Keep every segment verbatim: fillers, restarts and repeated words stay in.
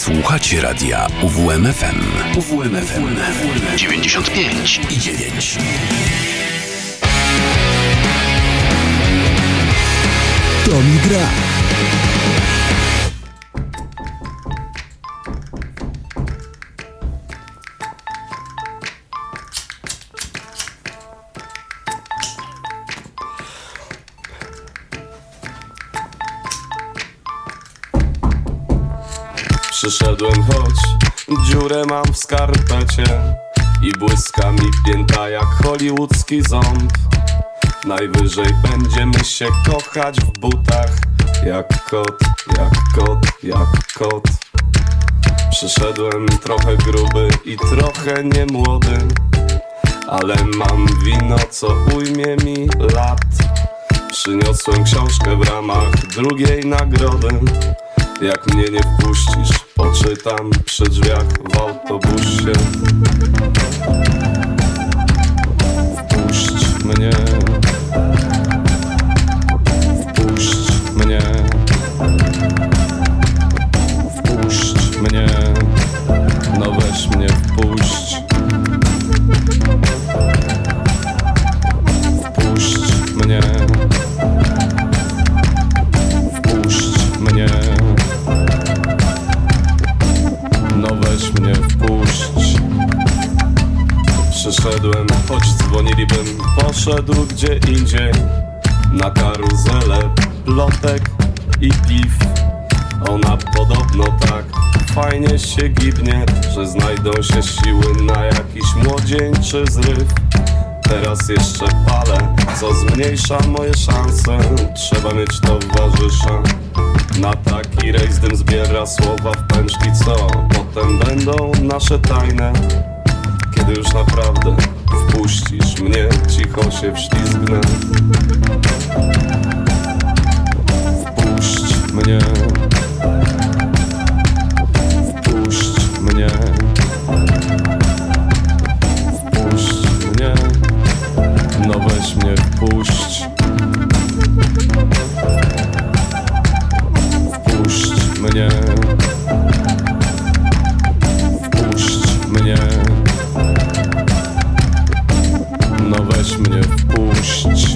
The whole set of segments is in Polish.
Słuchacie radia U W M F M. U W M F M dziewięćdziesiąt pięć i dziewięć. To mi gra. Przyszedłem, choć dziurę mam w skarpecie i błyska mi pięta jak hollywoodzki ząb. Najwyżej będziemy się kochać w butach, jak kot, jak kot, jak kot. Przyszedłem trochę gruby i trochę niemłody, ale mam wino, co ujmie mi lat. Przyniosłem książkę w ramach drugiej nagrody. Jak mnie nie wpuścisz, poczytam przy drzwiach w autobusie. Wpuść mnie, wpuść mnie, wpuść mnie, no weź mnie wpuść. Wpuść mnie, wpuść mnie. No weź mnie wpuść. Przyszedłem, choć dzwonilibym, poszedł gdzie indziej. Na karuzelę plotek i piw. Ona podobno tak fajnie się gibnie, że znajdą się siły na jakiś młodzieńczy zryw. Teraz jeszcze palę, co zmniejsza moje szanse. Trzeba mieć towarzysza. Na taki rejs dym zbiera słowa w pęczki, co potem będą nasze tajne. Kiedy już naprawdę wpuścisz mnie, cicho się wślizgnę. Wpuść mnie, wpuść mnie, wpuść mnie, no weź mnie wpuść. Wpuść mnie, wpuść mnie, no weź mnie wpuść.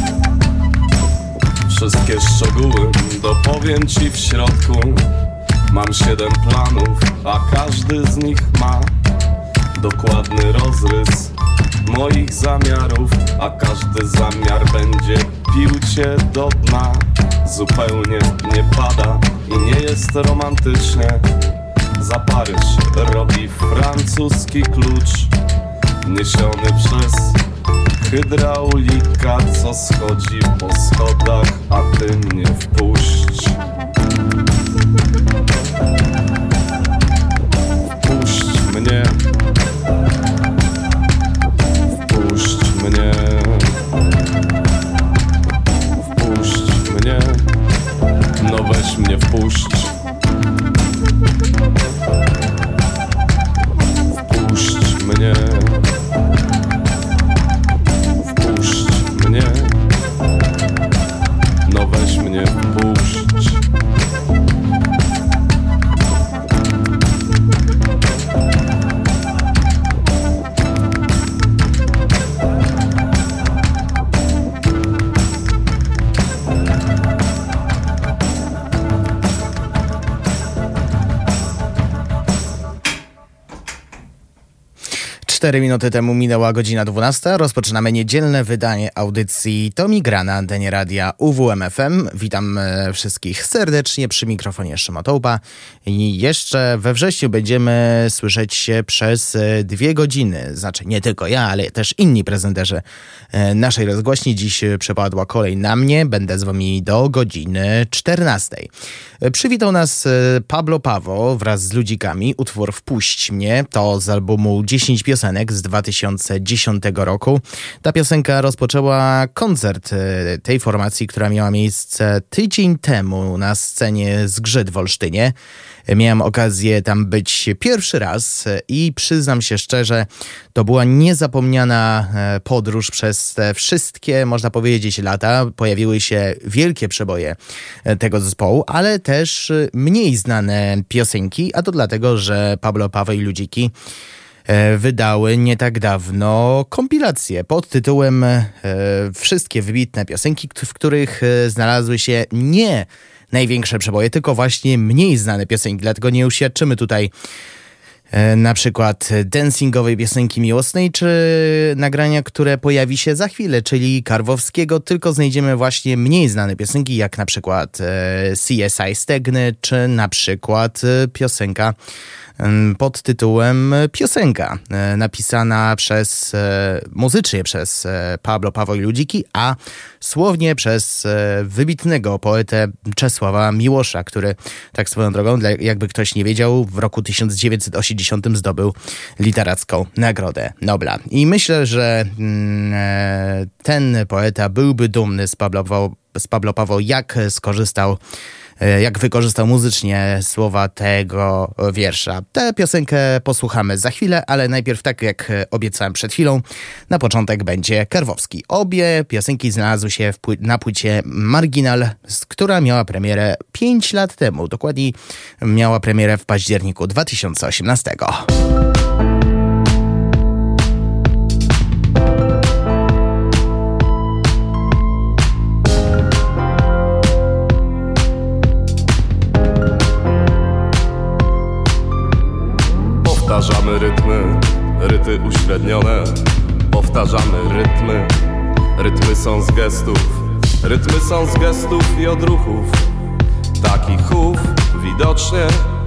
Wszystkie szczegóły dopowiem ci w środku. Mam siedem planów, a każdy z nich ma dokładny rozrys moich zamiarów, a każdy zamiar będzie pił cię do dna. Zupełnie nie pada i nie jest romantycznie. Za Paryż robi francuski klucz, niesiony przez hydraulika, co schodzi po schodach, a ty mnie wpuść. Wpuść mnie, wpuść mnie, wpuść mnie, no weź mnie wpuść. Wpuść mnie, wpuść mnie, no weź mnie wpuść. Cztery minuty temu minęła godzina dwunasta. Rozpoczynamy niedzielne wydanie audycji To mi gra na antenie radia U W M F M. Witam e, wszystkich serdecznie, przy mikrofonie Szymotołba. I jeszcze we wrześniu będziemy słyszeć się przez e, dwie godziny. Znaczy nie tylko ja, ale też inni prezenterzy e, naszej rozgłośni. Dziś przypadła kolej na mnie. Będę z wami do godziny czternastej. E, przywitał nas e, Pablo Pawo wraz z Ludzikami. Utwór Wpuść mnie to z albumu dziesięć piosenek piosenek z dwa tysiące dziesiątego roku. Ta piosenka rozpoczęła koncert tej formacji, która miała miejsce tydzień temu na scenie Zgrzyt w Olsztynie. Miałem okazję tam być pierwszy raz i przyznam się szczerze, to była niezapomniana podróż przez te wszystkie, można powiedzieć, lata. Pojawiły się wielkie przeboje tego zespołu, ale też mniej znane piosenki, a to dlatego, że Pablo, Paweł i Ludziki wydały nie tak dawno kompilację pod tytułem Wszystkie wybitne piosenki, w których znalazły się nie największe przeboje, tylko właśnie mniej znane piosenki. Dlatego nie uświadczymy tutaj e, na przykład dancingowej piosenki miłosnej, czy nagrania, które pojawi się za chwilę, czyli Karwowskiego, tylko znajdziemy właśnie mniej znane piosenki, jak na przykład e, C S I Stegny, czy na przykład e, piosenka pod tytułem Piosenka, napisana przez, muzycznie przez Pablo, Paweł i Ludziki, a słownie przez wybitnego poetę Czesława Miłosza, który, tak swoją drogą, jakby ktoś nie wiedział, w roku tysiąc dziewięćset osiemdziesiątym zdobył literacką Nagrodę Nobla. I myślę, że ten poeta byłby dumny z Pablo, z Pablo Paweł, jak skorzystał jak wykorzystał muzycznie słowa tego wiersza. Tę piosenkę posłuchamy za chwilę, ale najpierw, tak jak obiecałem przed chwilą, na początek będzie Karwowski. Obie piosenki znalazły się w pły- na płycie Marginal, która miała premierę pięć lat temu. Dokładniej miała premierę w październiku dwa tysiące osiemnastego. Powtarzamy rytmy, ryty uśrednione. Powtarzamy rytmy, rytmy są z gestów. Rytmy są z gestów i odruchów. Takich chów widocznie.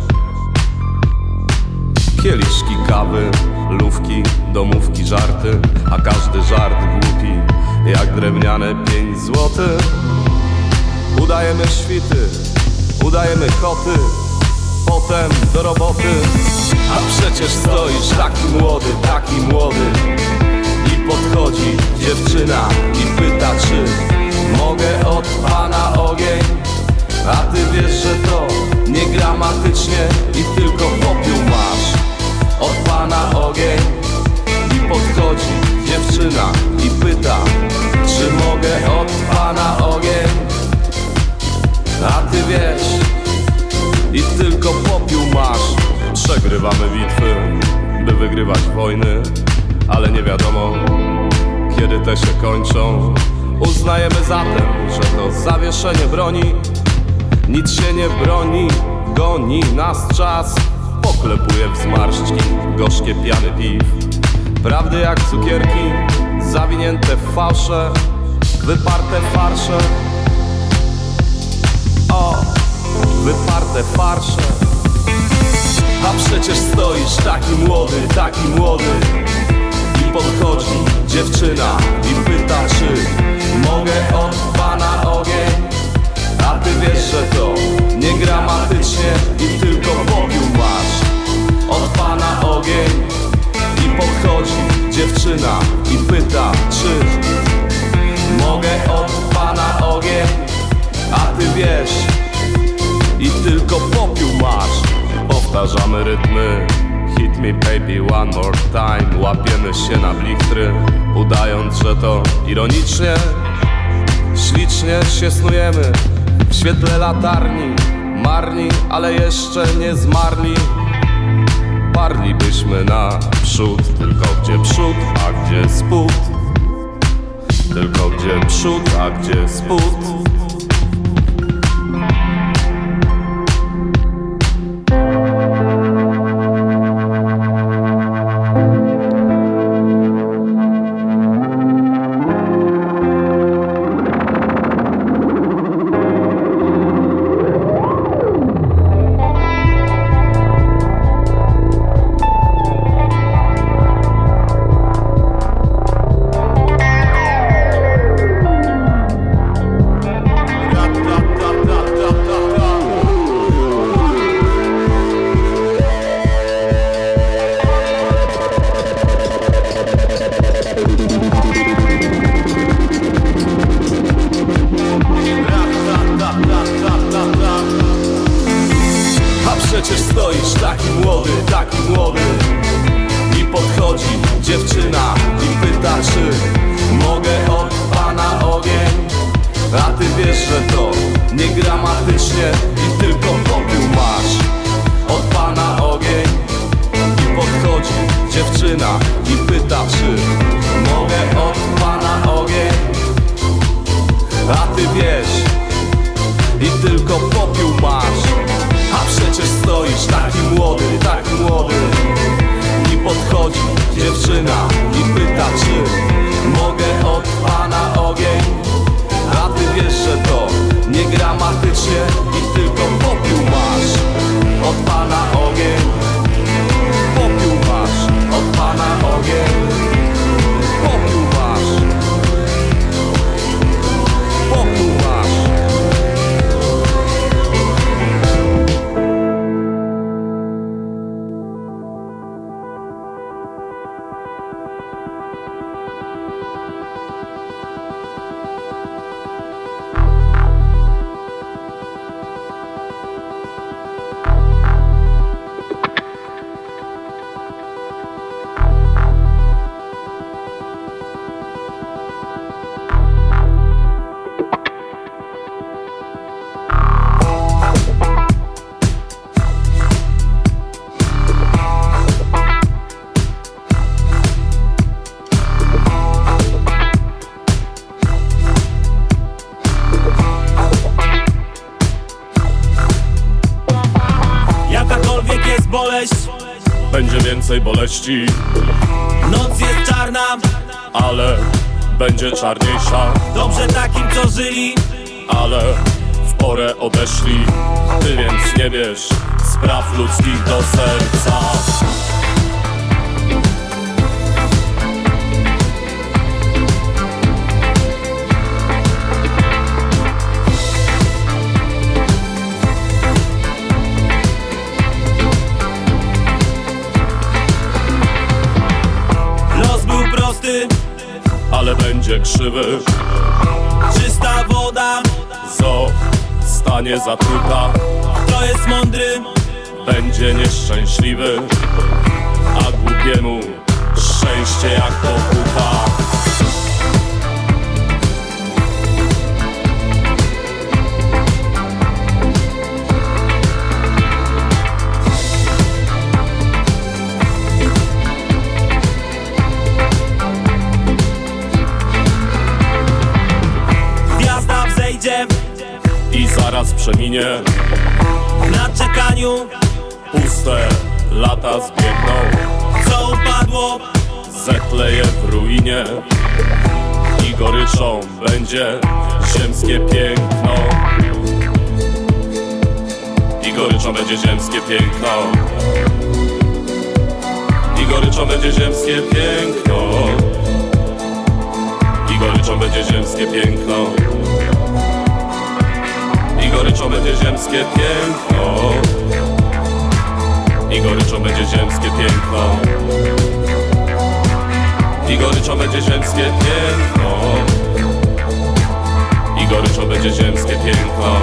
Kieliszki kawy, lówki, domówki, żarty. A każdy żart głupi, jak drewniane pięć złotych. Udajemy świty, udajemy koty. Potem do roboty. A przecież stoisz taki młody, taki młody. I podchodzi dziewczyna i pyta, czy mogę od pana ogień. A ty wiesz, że to niegramatycznie i tylko popiół masz. Od pana ogień. I podchodzi dziewczyna i pyta, czy mogę od pana ogień. A ty wiesz, i tylko popiół masz. Przegrywamy bitwy, by wygrywać wojny, ale nie wiadomo, kiedy te się kończą. Uznajemy zatem, że to zawieszenie broni. Nic się nie broni, goni nas czas. Poklepuje w zmarszczki gorzkie piany piw. Prawdy jak cukierki, zawinięte w fałsze, wyparte farsze. O, wyparte farsze. A przecież stoisz taki młody, taki młody. I podchodzi dziewczyna i pyta, czy mogę od pana ogień. A ty wiesz, że to niegramatycznie i tylko popiół masz. Od pana ogień. I podchodzi dziewczyna i pyta, czy mogę od pana ogień. A ty wiesz, i tylko popiół masz. Powtarzamy rytmy. Hit me baby one more time. Łapiemy się na blichtry, udając, że to ironicznie. Ślicznie się snujemy w świetle latarni. Marni, ale jeszcze nie zmarli. Parlibyśmy naprzód, tylko gdzie przód, a gdzie spód. Tylko gdzie przód, a gdzie spód. przecież stoisz taki młody, taki młody. I podchodzi dziewczyna i pyta, czy mogę od pana ogień. A ty wiesz, że to niegramatycznie i tylko popiół masz. Od pana ogień. I podchodzi dziewczyna i pyta, czy mogę od pana ogień. A ty wiesz i tylko popiół masz. A przecież stoisz taki młody, taki młody. I podchodzi dziewczyna i pyta, czy mogę od pana ogień. A ty wiesz, że to niegramatycznie i tylko popiół masz. Od pana ogień. Popiół masz. Od pana ogień. Popiół masz. Popiół masz. Będzie więcej boleści. Noc jest czarna, ale będzie czarniejsza. dobrze takim, co żyli, ale w porę odeszli. Ty więc nie bierz spraw ludzkich do serca. Ale będzie krzywy. Czysta woda zostanie zatruta. Kto jest mądry, będzie nieszczęśliwy, a głupiemu szczęście jak pokuta. I zaraz przeminie. Na czekaniu puste lata zbiegną. co upadło, zetleje w ruinie. I goryczą będzie ziemskie piękno. I goryczą będzie ziemskie piękno. I goryczą będzie ziemskie piękno. I goryczą będzie ziemskie piękno. I goryczą będzie ziemskie piękno. I goryczą będzie ziemskie piękno. I goryczą będzie ziemskie piękno. I goryczą będzie ziemskie piękno.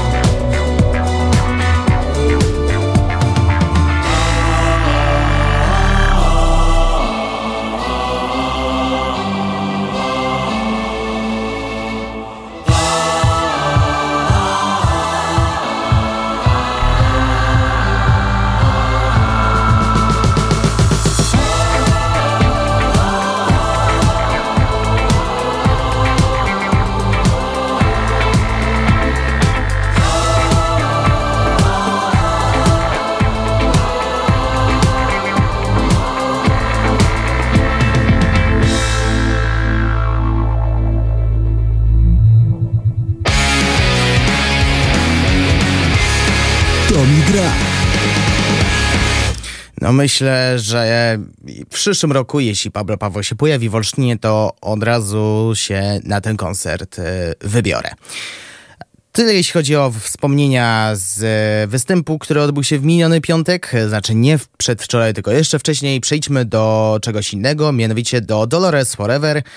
No myślę, że w przyszłym roku, jeśli Pablo Paweł się pojawi w Olsztynie, to od razu się na ten koncert wybiorę. Tyle jeśli chodzi o wspomnienia z występu, który odbył się w miniony piątek, znaczy nie przedwczoraj, tylko jeszcze wcześniej. Przejdźmy do czegoś innego, mianowicie do Dolores Forever,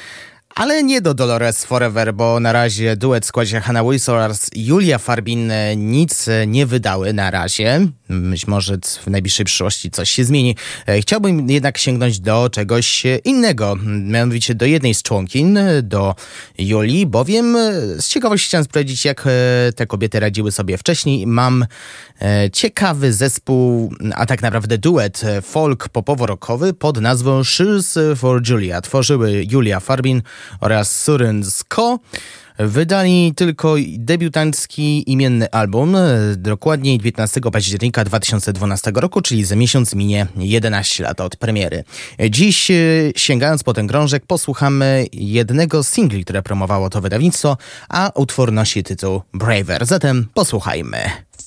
Ale nie do Dolores Forever, bo na razie duet w składzie Hannah Wilson oraz Julia Farbin nic nie wydały na razie. Być może w najbliższej przyszłości coś się zmieni. Chciałbym jednak sięgnąć do czegoś innego, mianowicie do jednej z członkin, do Julii, bowiem z ciekawości chciałem sprawdzić, jak te kobiety radziły sobie wcześniej. Mam ciekawy zespół, a tak naprawdę duet folk popowo-rockowy pod nazwą Shoes for Julia. Tworzyły Julia Farbin oraz Surin Sko. Wydali tylko debiutancki imienny album, dokładniej dziewiętnastego października dwa tysiące dwunastego roku, czyli za miesiąc minie jedenaście lat od premiery. Dziś, sięgając po ten krążek, posłuchamy jednego z singli, które promowało to wydawnictwo, a utwór nosi tytuł Braver. Zatem posłuchajmy.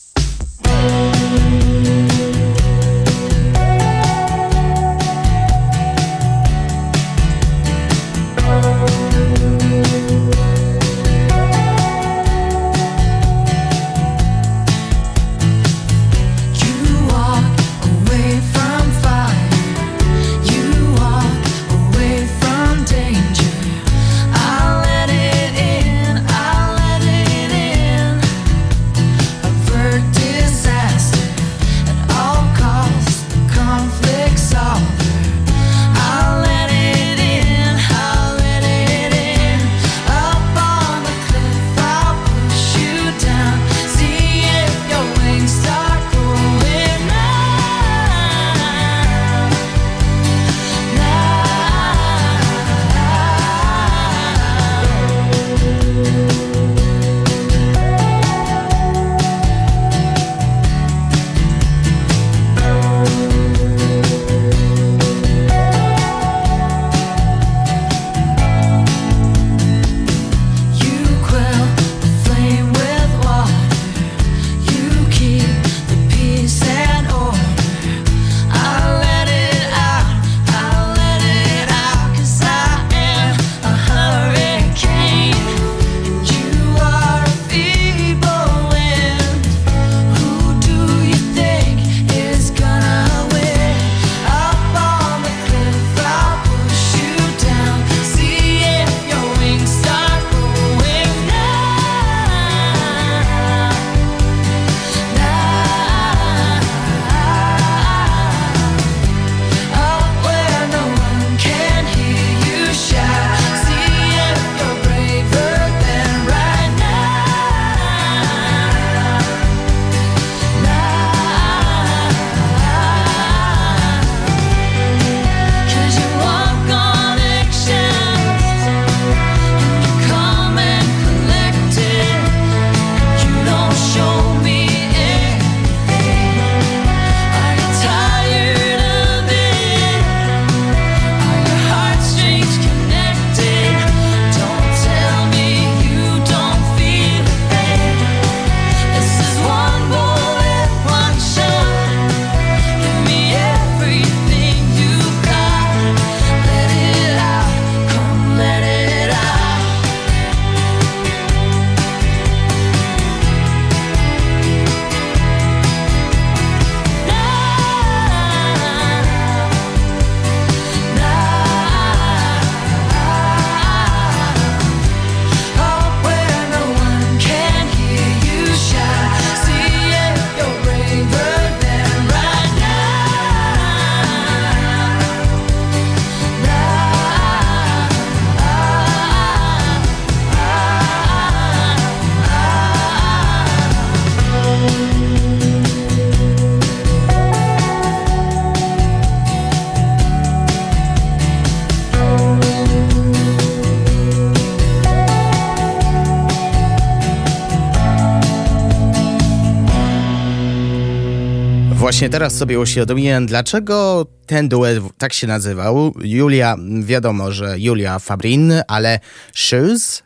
Właśnie teraz sobie uświadomiłem, dlaczego ten duet tak się nazywał. Julia, wiadomo, że Julia Farbin, ale Shoes.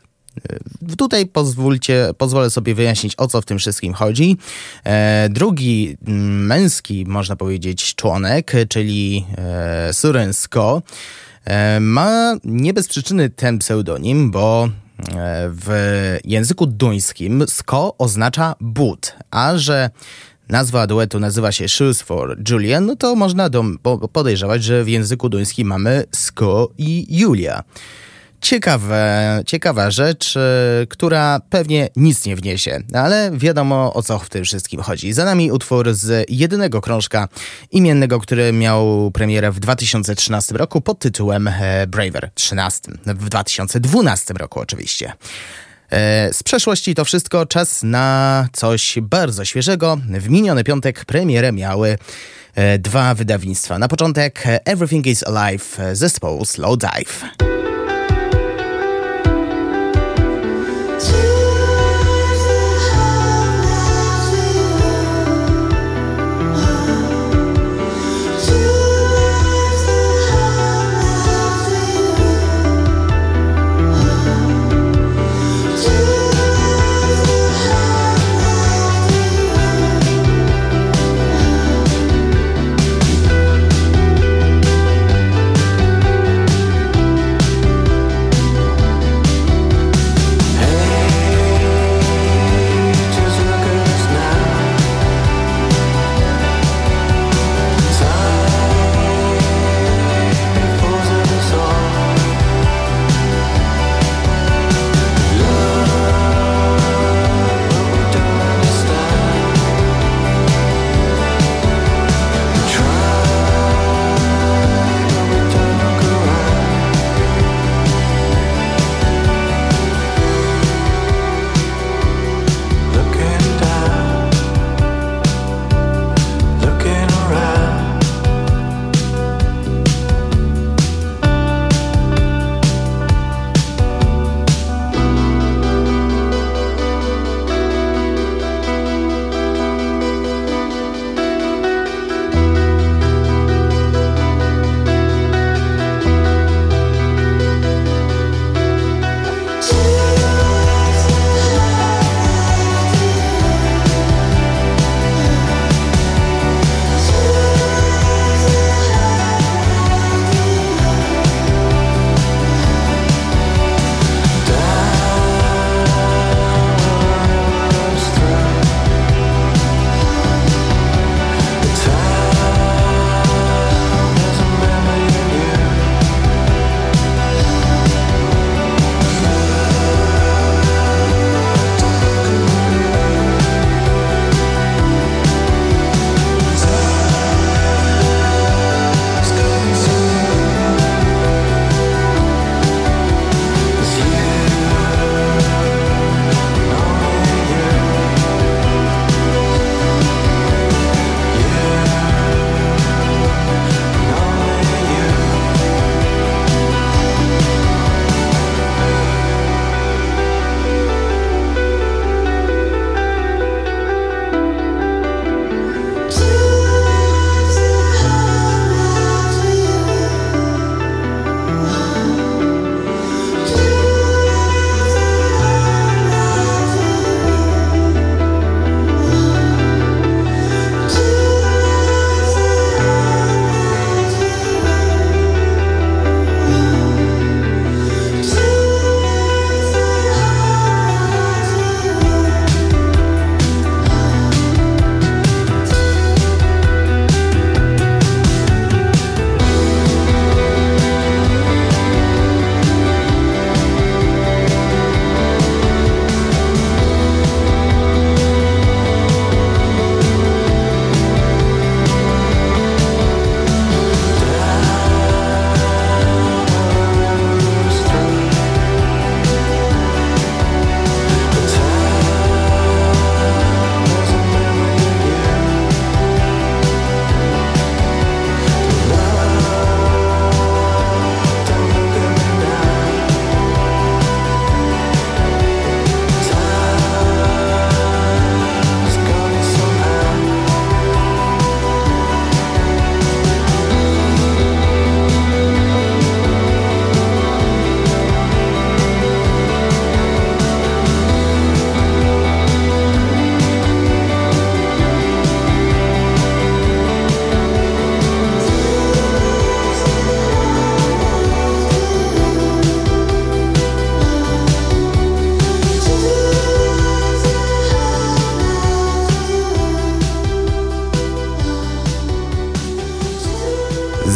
Tutaj pozwólcie, pozwolę sobie wyjaśnić, o co w tym wszystkim chodzi. E, drugi męski, można powiedzieć, członek, czyli e, Surin Sko, e, ma nie bez przyczyny ten pseudonim, bo w języku duńskim Sko oznacza but, a że nazwa duetu nazywa się Shoes for Julia, no to można do, po, podejrzewać, że w języku duńskim mamy Sko i Julia. Ciekawe, ciekawa rzecz, y, która pewnie nic nie wniesie, ale wiadomo, o co w tym wszystkim chodzi. Za nami utwór z jedynego krążka imiennego, który miał premierę w dwa tysiące trzynastym roku pod tytułem e, Braver. trzynastym. W dwa tysiące dwunastym roku oczywiście. E, z przeszłości to wszystko, czas na coś bardzo świeżego. W miniony piątek premierę miały e, dwa wydawnictwa. Na początek Everything is Alive zespołu Slowdive.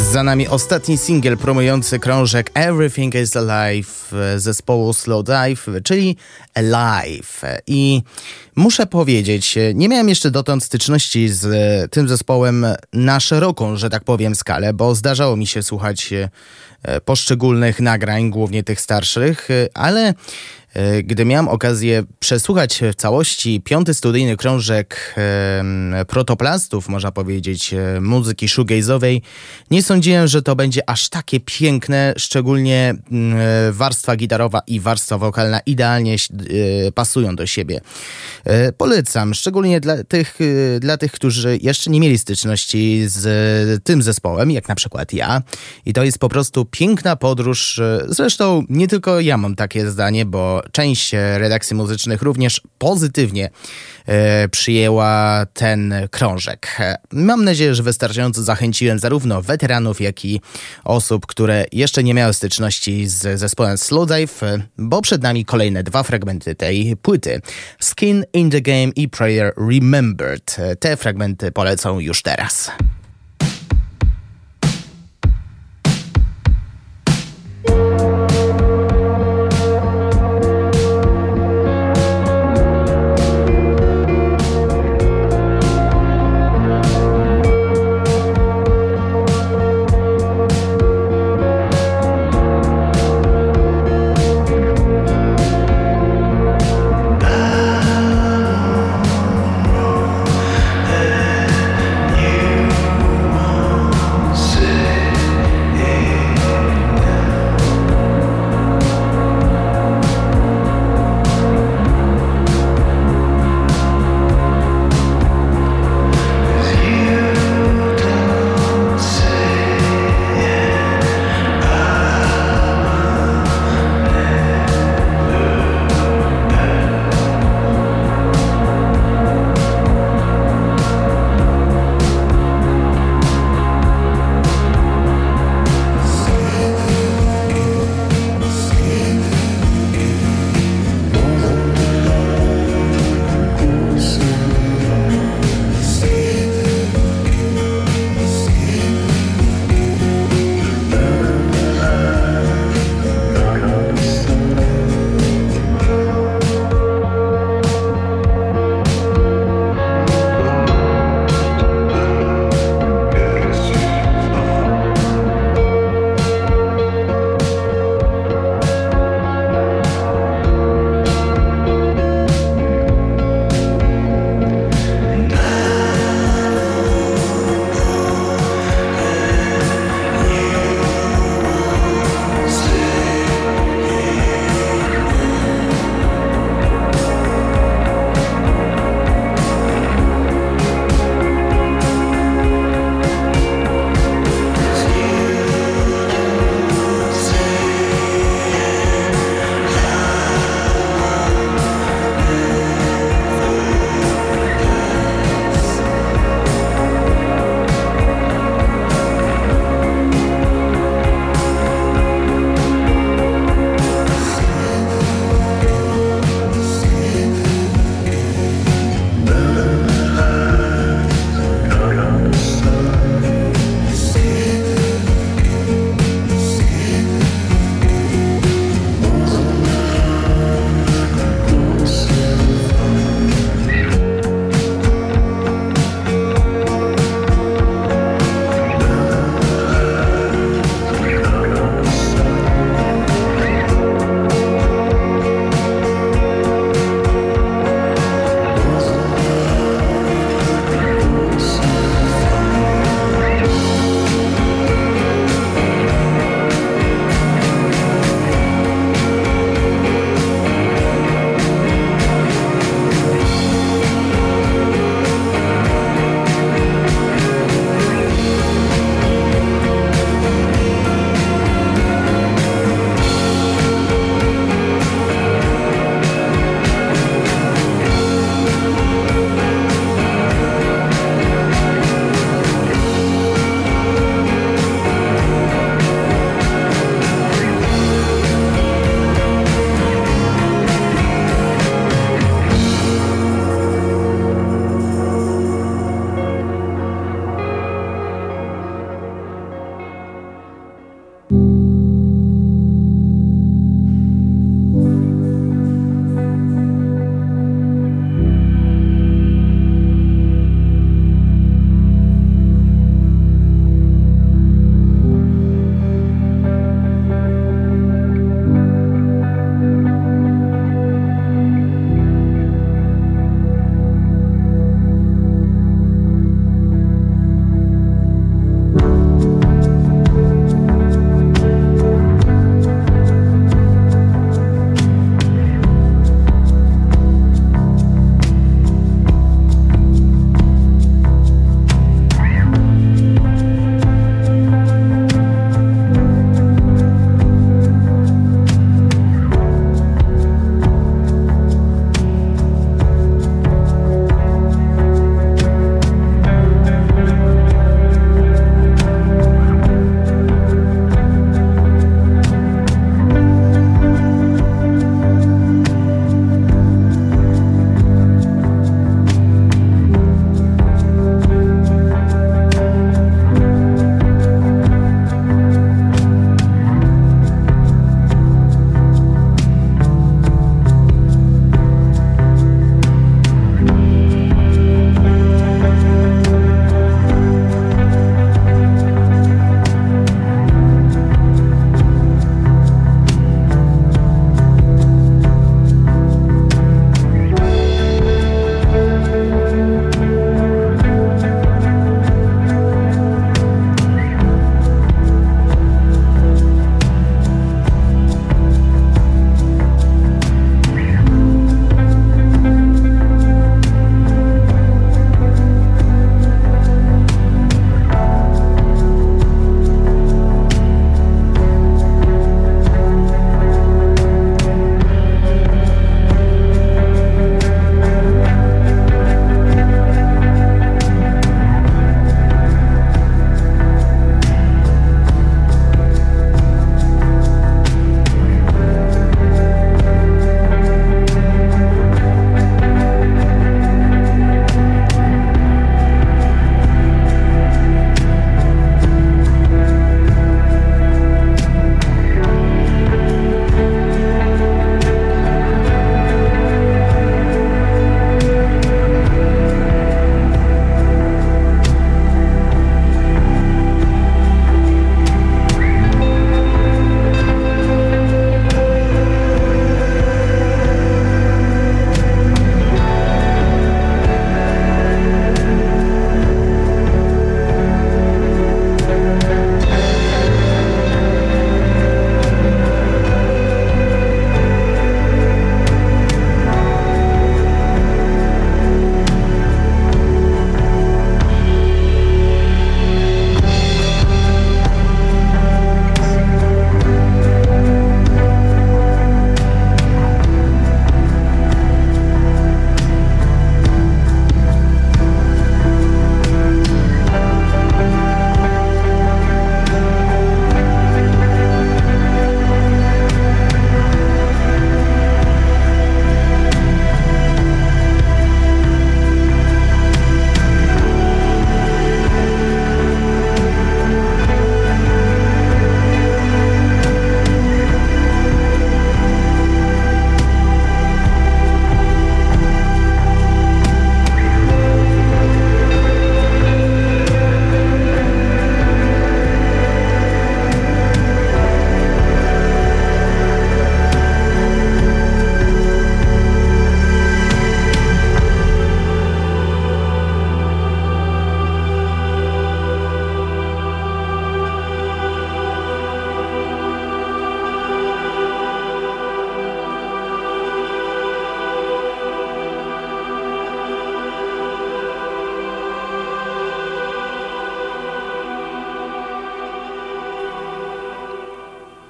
Za nami ostatni singiel promujący krążek Everything is Alive zespołu Slowdive, czyli Alive. I muszę powiedzieć, nie miałem jeszcze dotąd styczności z tym zespołem na szeroką, że tak powiem, skalę, bo zdarzało mi się słuchać poszczególnych nagrań, głównie tych starszych, ale gdy miałem okazję przesłuchać w całości piąty studyjny krążek e, protoplastów, można powiedzieć, e, muzyki shoegaze'owej, nie sądziłem, że to będzie aż takie piękne, szczególnie e, warstwa gitarowa i warstwa wokalna idealnie e, pasują do siebie. E, polecam, szczególnie dla tych, e, dla tych, którzy jeszcze nie mieli styczności z e, tym zespołem, jak na przykład ja. I to jest po prostu piękna podróż. E, zresztą nie tylko ja mam takie zdanie, bo część redakcji muzycznych również pozytywnie e, przyjęła ten krążek. Mam nadzieję, że wystarczająco zachęciłem zarówno weteranów, jak i osób, które jeszcze nie miały styczności z zespołem Slowdive, bo przed nami kolejne dwa fragmenty tej płyty. Skin in the Game i Prayer Remembered. Te fragmenty polecą już teraz. You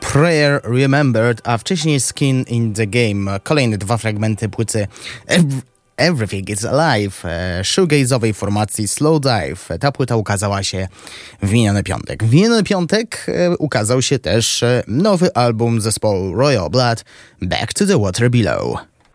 Prayer Remembered, a wcześniej Skin in the Game. Kolejne dwa fragmenty płyty Every Everything is Alive, shoegaze'owej formacji Slow Dive. Ta płyta ukazała się w miniony piątek. W miniony piątek ukazał się też nowy album zespołu Royal Blood, Back to the Water Below.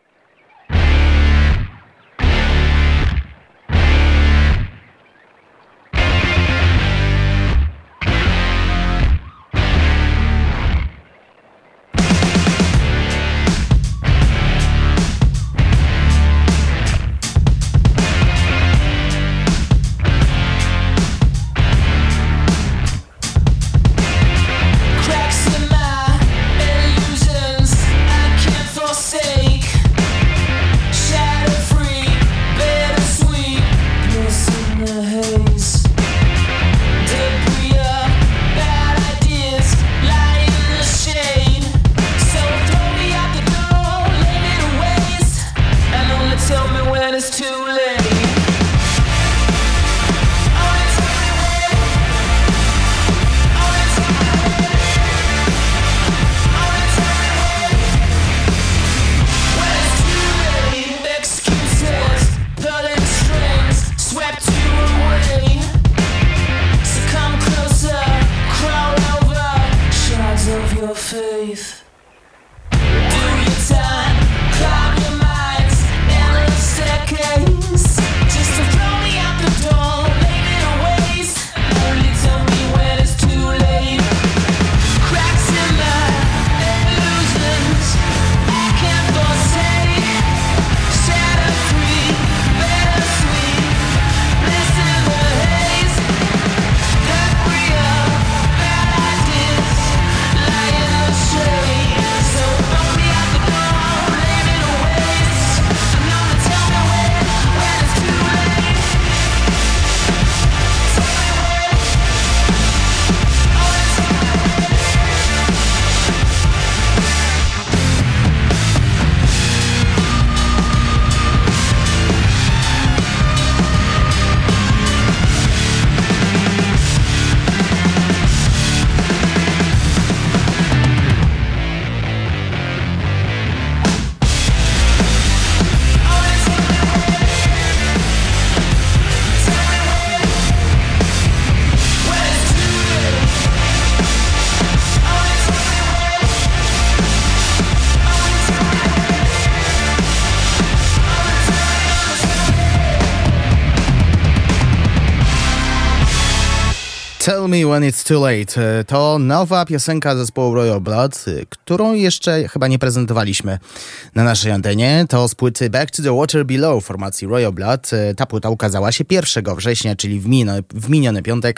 Tell Me When It's Too Late to nowa piosenka zespołu Royal Blood, którą jeszcze chyba nie prezentowaliśmy na naszej antenie. To z płyty Back to the Water Below formacji Royal Blood. Ta płyta ukazała się pierwszego września, czyli w, mino, w miniony piątek.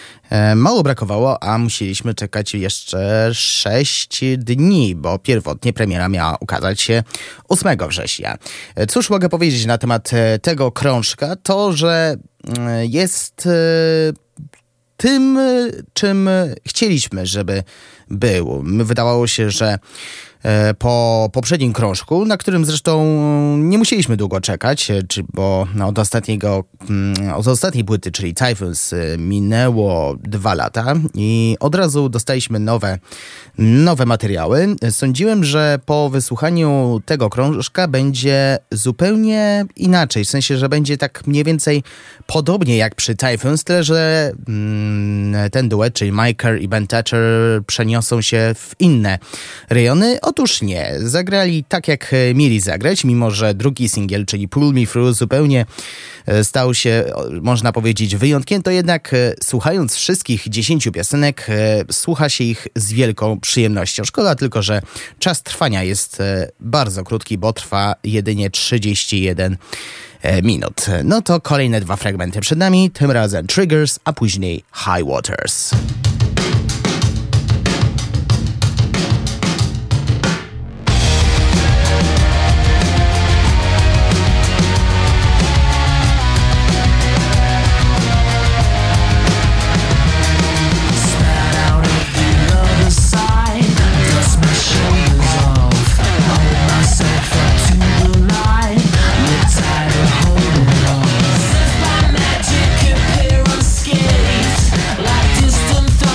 Mało brakowało, a musieliśmy czekać jeszcze sześć dni, bo pierwotnie premiera miała ukazać się ósmego września. Cóż mogę powiedzieć na temat tego krążka? To, że jest tym, czym chcieliśmy, żeby był. Wydawało się, że po poprzednim krążku, na którym zresztą nie musieliśmy długo czekać, czy, bo od, ostatniego, od ostatniej płyty, czyli Typhoons, minęło dwa lata i od razu dostaliśmy nowe, nowe materiały. Sądziłem, że po wysłuchaniu tego krążka będzie zupełnie inaczej, w sensie, że będzie tak mniej więcej podobnie jak przy Typhoons, tyle że mm, ten duet, czyli Mike i Ben Thatcher, przeniosą się w inne rejony. Otóż nie. Zagrali tak, jak mieli zagrać, mimo że drugi singiel, czyli Pull Me Through, zupełnie stał się, można powiedzieć, wyjątkiem, to jednak słuchając wszystkich dziesięciu piosenek, słucha się ich z wielką przyjemnością. Szkoda tylko, że czas trwania jest bardzo krótki, bo trwa jedynie trzydzieści jeden minut. No to kolejne dwa fragmenty przed nami, tym razem Triggers, a później High Waters. Distant thoughts.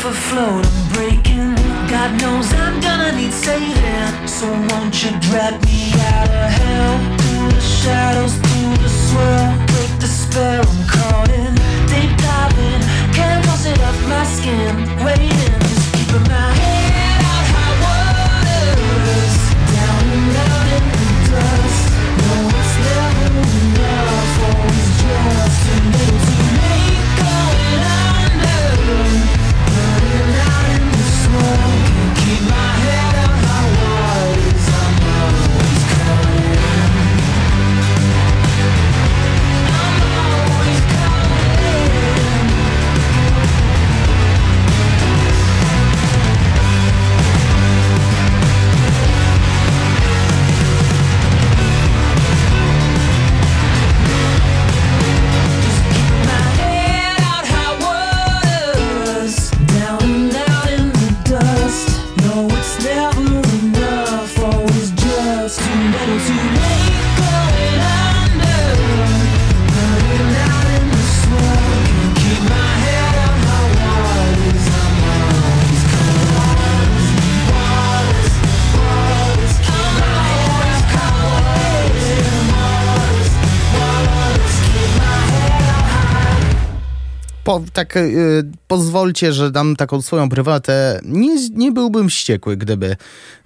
overflowed, I'm breaking. God knows I'm gonna need saving. So won't you drag me out of hell, through the shadows, through the swirl, break the spell I'm caught in. Deep diving, can't wash it off my skin. Waiting, just keeping my head out high waters, down and out in the dust. No, it's never enough, always just too little too late. Going under, burning out in the smoke. Can't keep my head out high waters, I'm always calling. I'm always calling. Just keep my head out high waters, down and out in the dust. No, it's never enough, always just too little too late. Going under, burning out in the smoke. Can't keep my head out high waters, I'm always calling. Waters, waters, keep my head out high waters. Waters, waters, keep my head out high. Po, tak y, pozwólcie, że dam taką swoją prywatę. Nie, nie byłbym wściekły, gdyby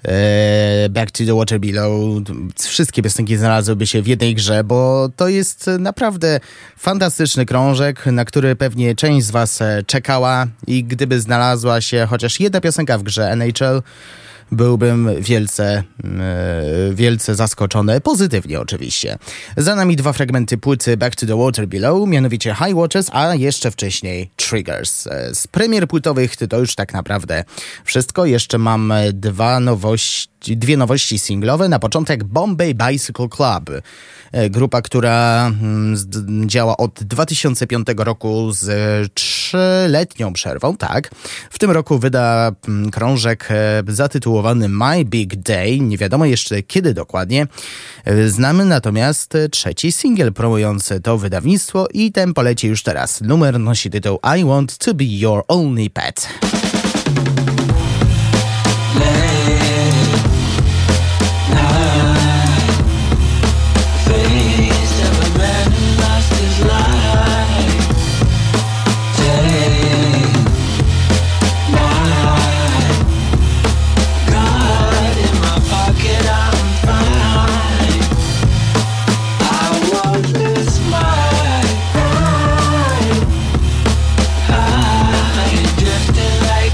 e, Back to the Water Below, wszystkie piosenki znalazłyby się w jednej grze, bo to jest naprawdę fantastyczny krążek, na który pewnie część z was e, czekała i gdyby znalazła się chociaż jedna piosenka w grze N H L, byłbym wielce, e, wielce zaskoczony, pozytywnie oczywiście. Za nami dwa fragmenty płyty Back to the Water Below, mianowicie High Waters, a jeszcze wcześniej Triggers. E, Z premier płytowych to już tak naprawdę wszystko. Jeszcze mam dwa nowości, dwie nowości singlowe. Na początek Bombay Bicycle Club. E, Grupa, która mm, z- działa od dwa tysiące piątego roku z trzyletnią przerwą, tak. W tym roku wyda mm, krążek e, zatytułowany My Big Day. Nie wiadomo jeszcze kiedy dokładnie. E, Znamy natomiast e, trzeci singiel promujący to wydawnictwo i ten poleci już teraz. Numer nosi tytuł I Want to Be Your Only Pet. Drifting like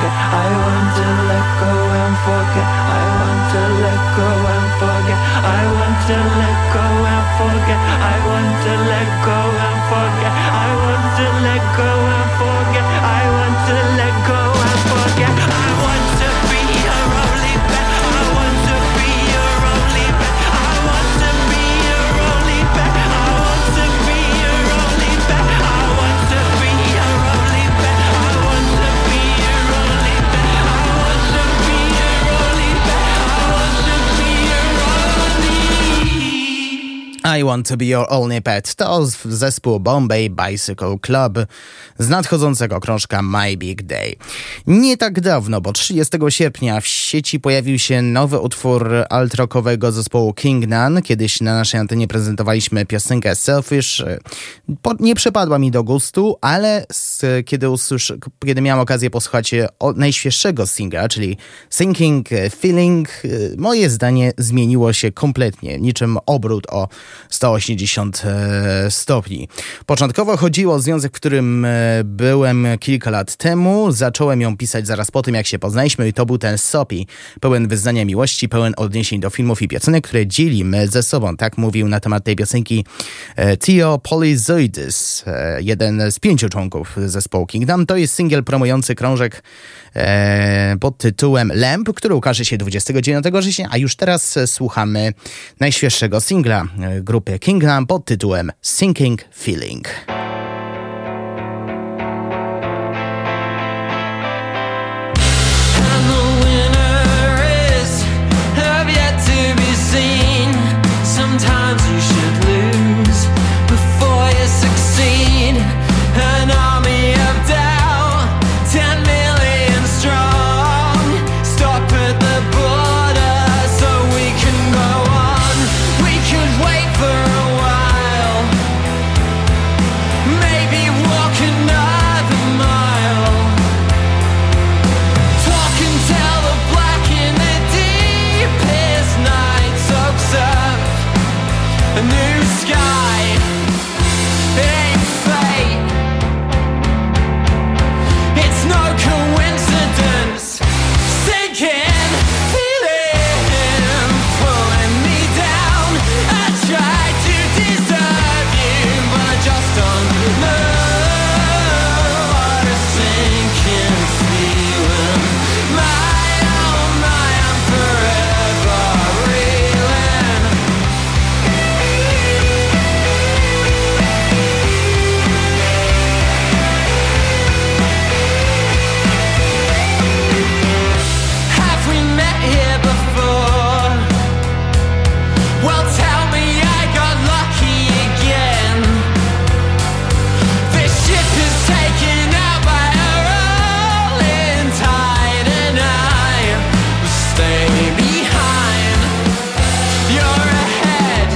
forget. I want to let go and forget. I want to let go and forget. I want to let go and forget. I want to let go and forget. I want to let go and forget. I want to let go and forget. I want to be your only pet. I want to be your only pet. I want to be your only pet. I want to be your only pet. I want to be your only pet. I want to be your only pet. I want to be your only pet. I want to be your only. I Want to Be Your Only Pet to zespół Bombay Bicycle Club z nadchodzącego krążka My Big Day. Nie tak dawno, bo trzydziestego sierpnia w sieci pojawił się nowy utwór alt-rockowego zespołu King Nun. Kiedyś na naszej antenie prezentowaliśmy piosenkę Selfish. Nie przypadła mi do gustu, ale z, kiedy, usłysz, kiedy miałem okazję posłuchać o najświeższego singla, czyli Thinking Feeling, moje zdanie zmieniło się kompletnie, niczym obrót o sto osiemdziesiąt stopni. Początkowo chodziło o związek, w którym byłem kilka lat temu. Zacząłem ją pisać zaraz po tym, jak się poznaliśmy i to był ten Soppy, pełen wyznania miłości, pełen odniesień do filmów i piosenek, które dzielimy ze sobą. Tak mówił na temat tej piosenki Theo Polyzoidis, jeden z pięciu członków zespołu Kingdom. To jest singiel promujący krążek pod tytułem Lamp, który ukaże się dwudziestego dziewiątego września, a już teraz słuchamy najświeższego singla grupy Kingdom pod tytułem Sinking Feeling. Sometimes you should lose before you succeed. An army of doubt, ten million strong. Stop at the border so we can go on. We could wait for a while, maybe walk another mile. Talk until the black in the deepest night soaks up a new sky. It ain't fate, it's no coincidence. Sinking, feeling, pulling me down. I tried to deserve you, but I just don't know what a sinking feeling. My, oh my, I'm forever reeling. Have we met here before? Well, tell me I got lucky again. This ship is taken out by a rolling tide, and I will stay behind. You're ahead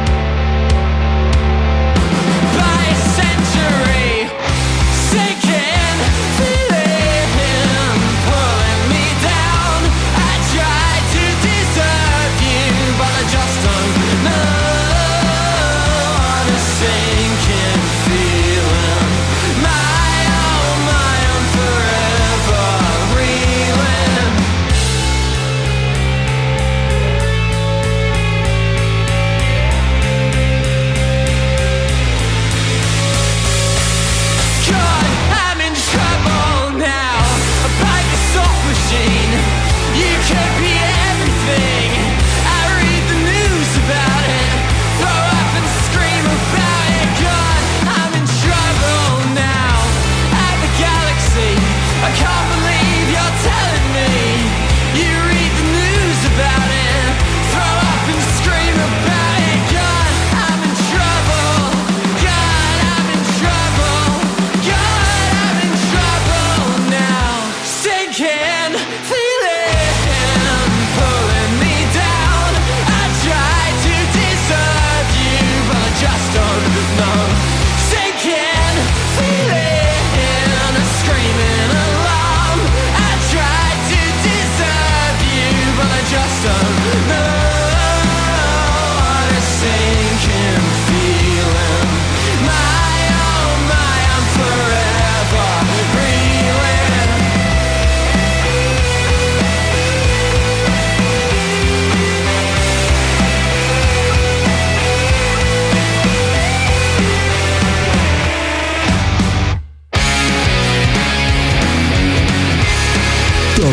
by a century. Sinking, feeling, pulling me down. I tried to deserve you, but I just don't know what a sinking feeling. My, oh my, I'm forever reeling. God, I'm in trouble now. By the soft machine, you could be everything. I read the news about it, throw up and scream about it. God, I'm in trouble now. At the galaxy, I can't believe you're telling me. You read the news about it, throw up and scream about it. God, I'm in trouble. God, I'm in trouble. God, I'm in trouble now. Sinking, feeling, pulling me down. I tried to deserve you, but I just don't know. Sinking, feeling, screaming alarm. I tried to deserve you, but I just don't know what a sinking feeling. My, oh my, I'm forever reeling.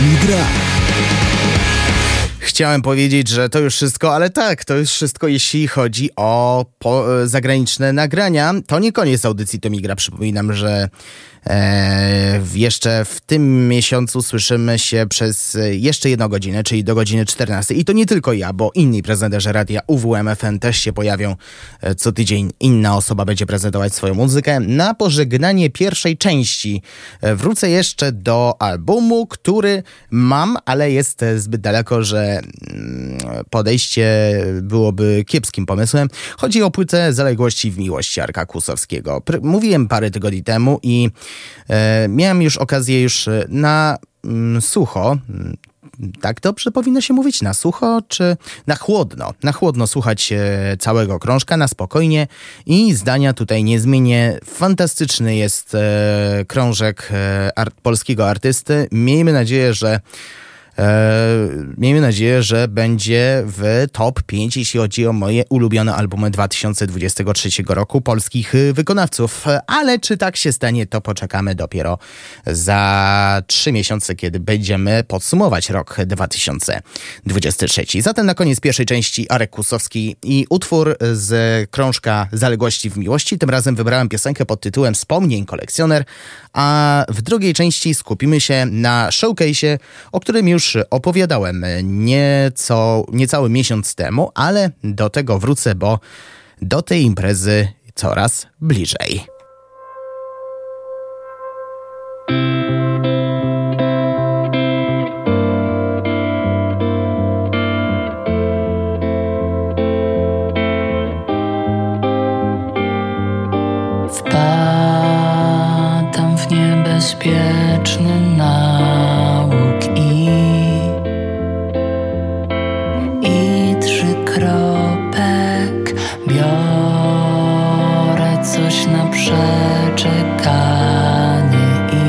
Tomi gra. Chciałem powiedzieć, że to już wszystko, ale tak, to już wszystko, jeśli chodzi o po, zagraniczne nagrania. To nie koniec audycji Tomi gra. Przypominam, że e, jeszcze w tym miesiącu słyszymy się przez jeszcze jedną godzinę, czyli do godziny czternastej. I to nie tylko ja, bo inni prezenterzy radia U W M F M też się pojawią. Co tydzień inna osoba będzie prezentować swoją muzykę. Na pożegnanie pierwszej części wrócę jeszcze do albumu, który mam, ale jest zbyt daleko, że podejście byłoby kiepskim pomysłem. Chodzi o płytę Zaległości w miłości Arka Kłusowskiego. Mówiłem parę tygodni temu i e, miałem już okazję już na mm, sucho, tak dobrze powinno się mówić, na sucho czy na chłodno, na chłodno słuchać e, całego krążka, na spokojnie i zdania tutaj nie zmienię. Fantastyczny jest e, krążek e, art, polskiego artysty. Miejmy nadzieję, że E, miejmy nadzieję, że będzie w top pięć, jeśli chodzi o moje ulubione albumy dwa tysiące dwudziestego trzeciego roku polskich wykonawców. Ale czy tak się stanie, to poczekamy dopiero za trzy miesiące, kiedy będziemy podsumować rok dwa tysiące dwudziesty trzeci. Zatem na koniec pierwszej części Arek Kłusowski i utwór z krążka Zaległości w miłości. Tym razem wybrałem piosenkę pod tytułem Wspomnień kolekcjoner, a w drugiej części skupimy się na showcase'ie, o którym już opowiadałem nieco, niecały miesiąc temu, ale do tego wrócę, bo do tej imprezy coraz bliżej. Wpadam w niebezpieczny nauk i I trzy kropek biorę coś na przeczekanie i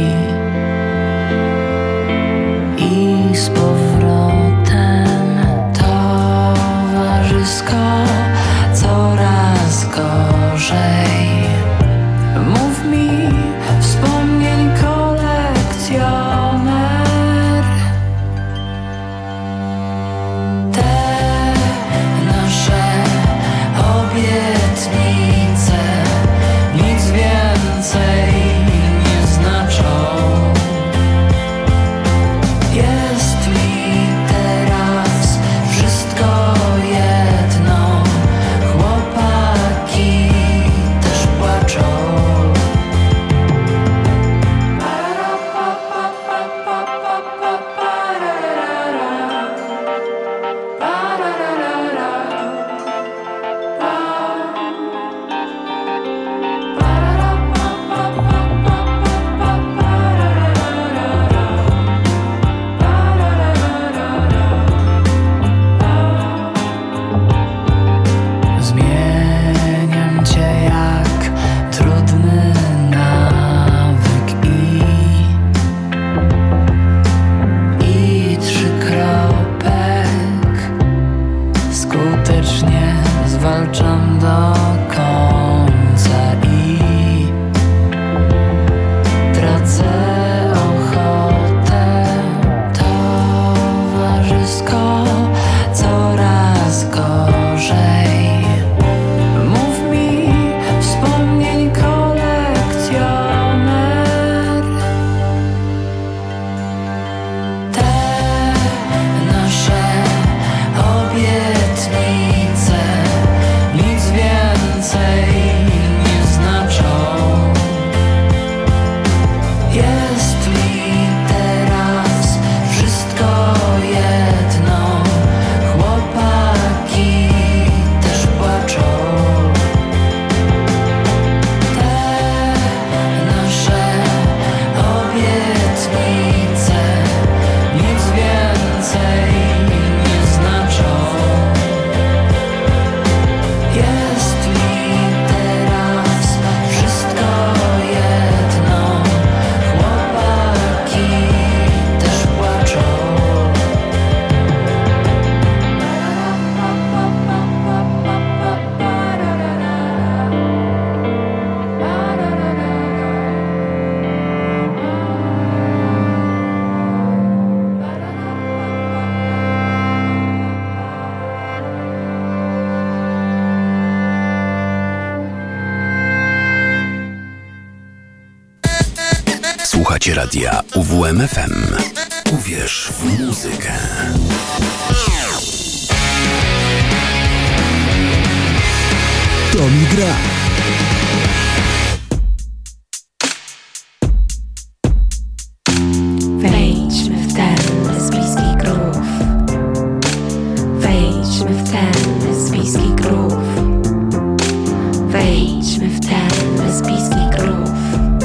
I z powrotem towarzysko coraz gorzej. Mów mi wspomnień kolekcjoner. Te nasze obietnice nic więcej nie znaczą. Jest mi Słuchacie radia U W M F M. Uwierz w muzykę. Tomi gra. Wejdźmy w ten lesbijski groove. Wejdźmy w ten lesbijski groove. Wejdźmy w ten lesbijski groove.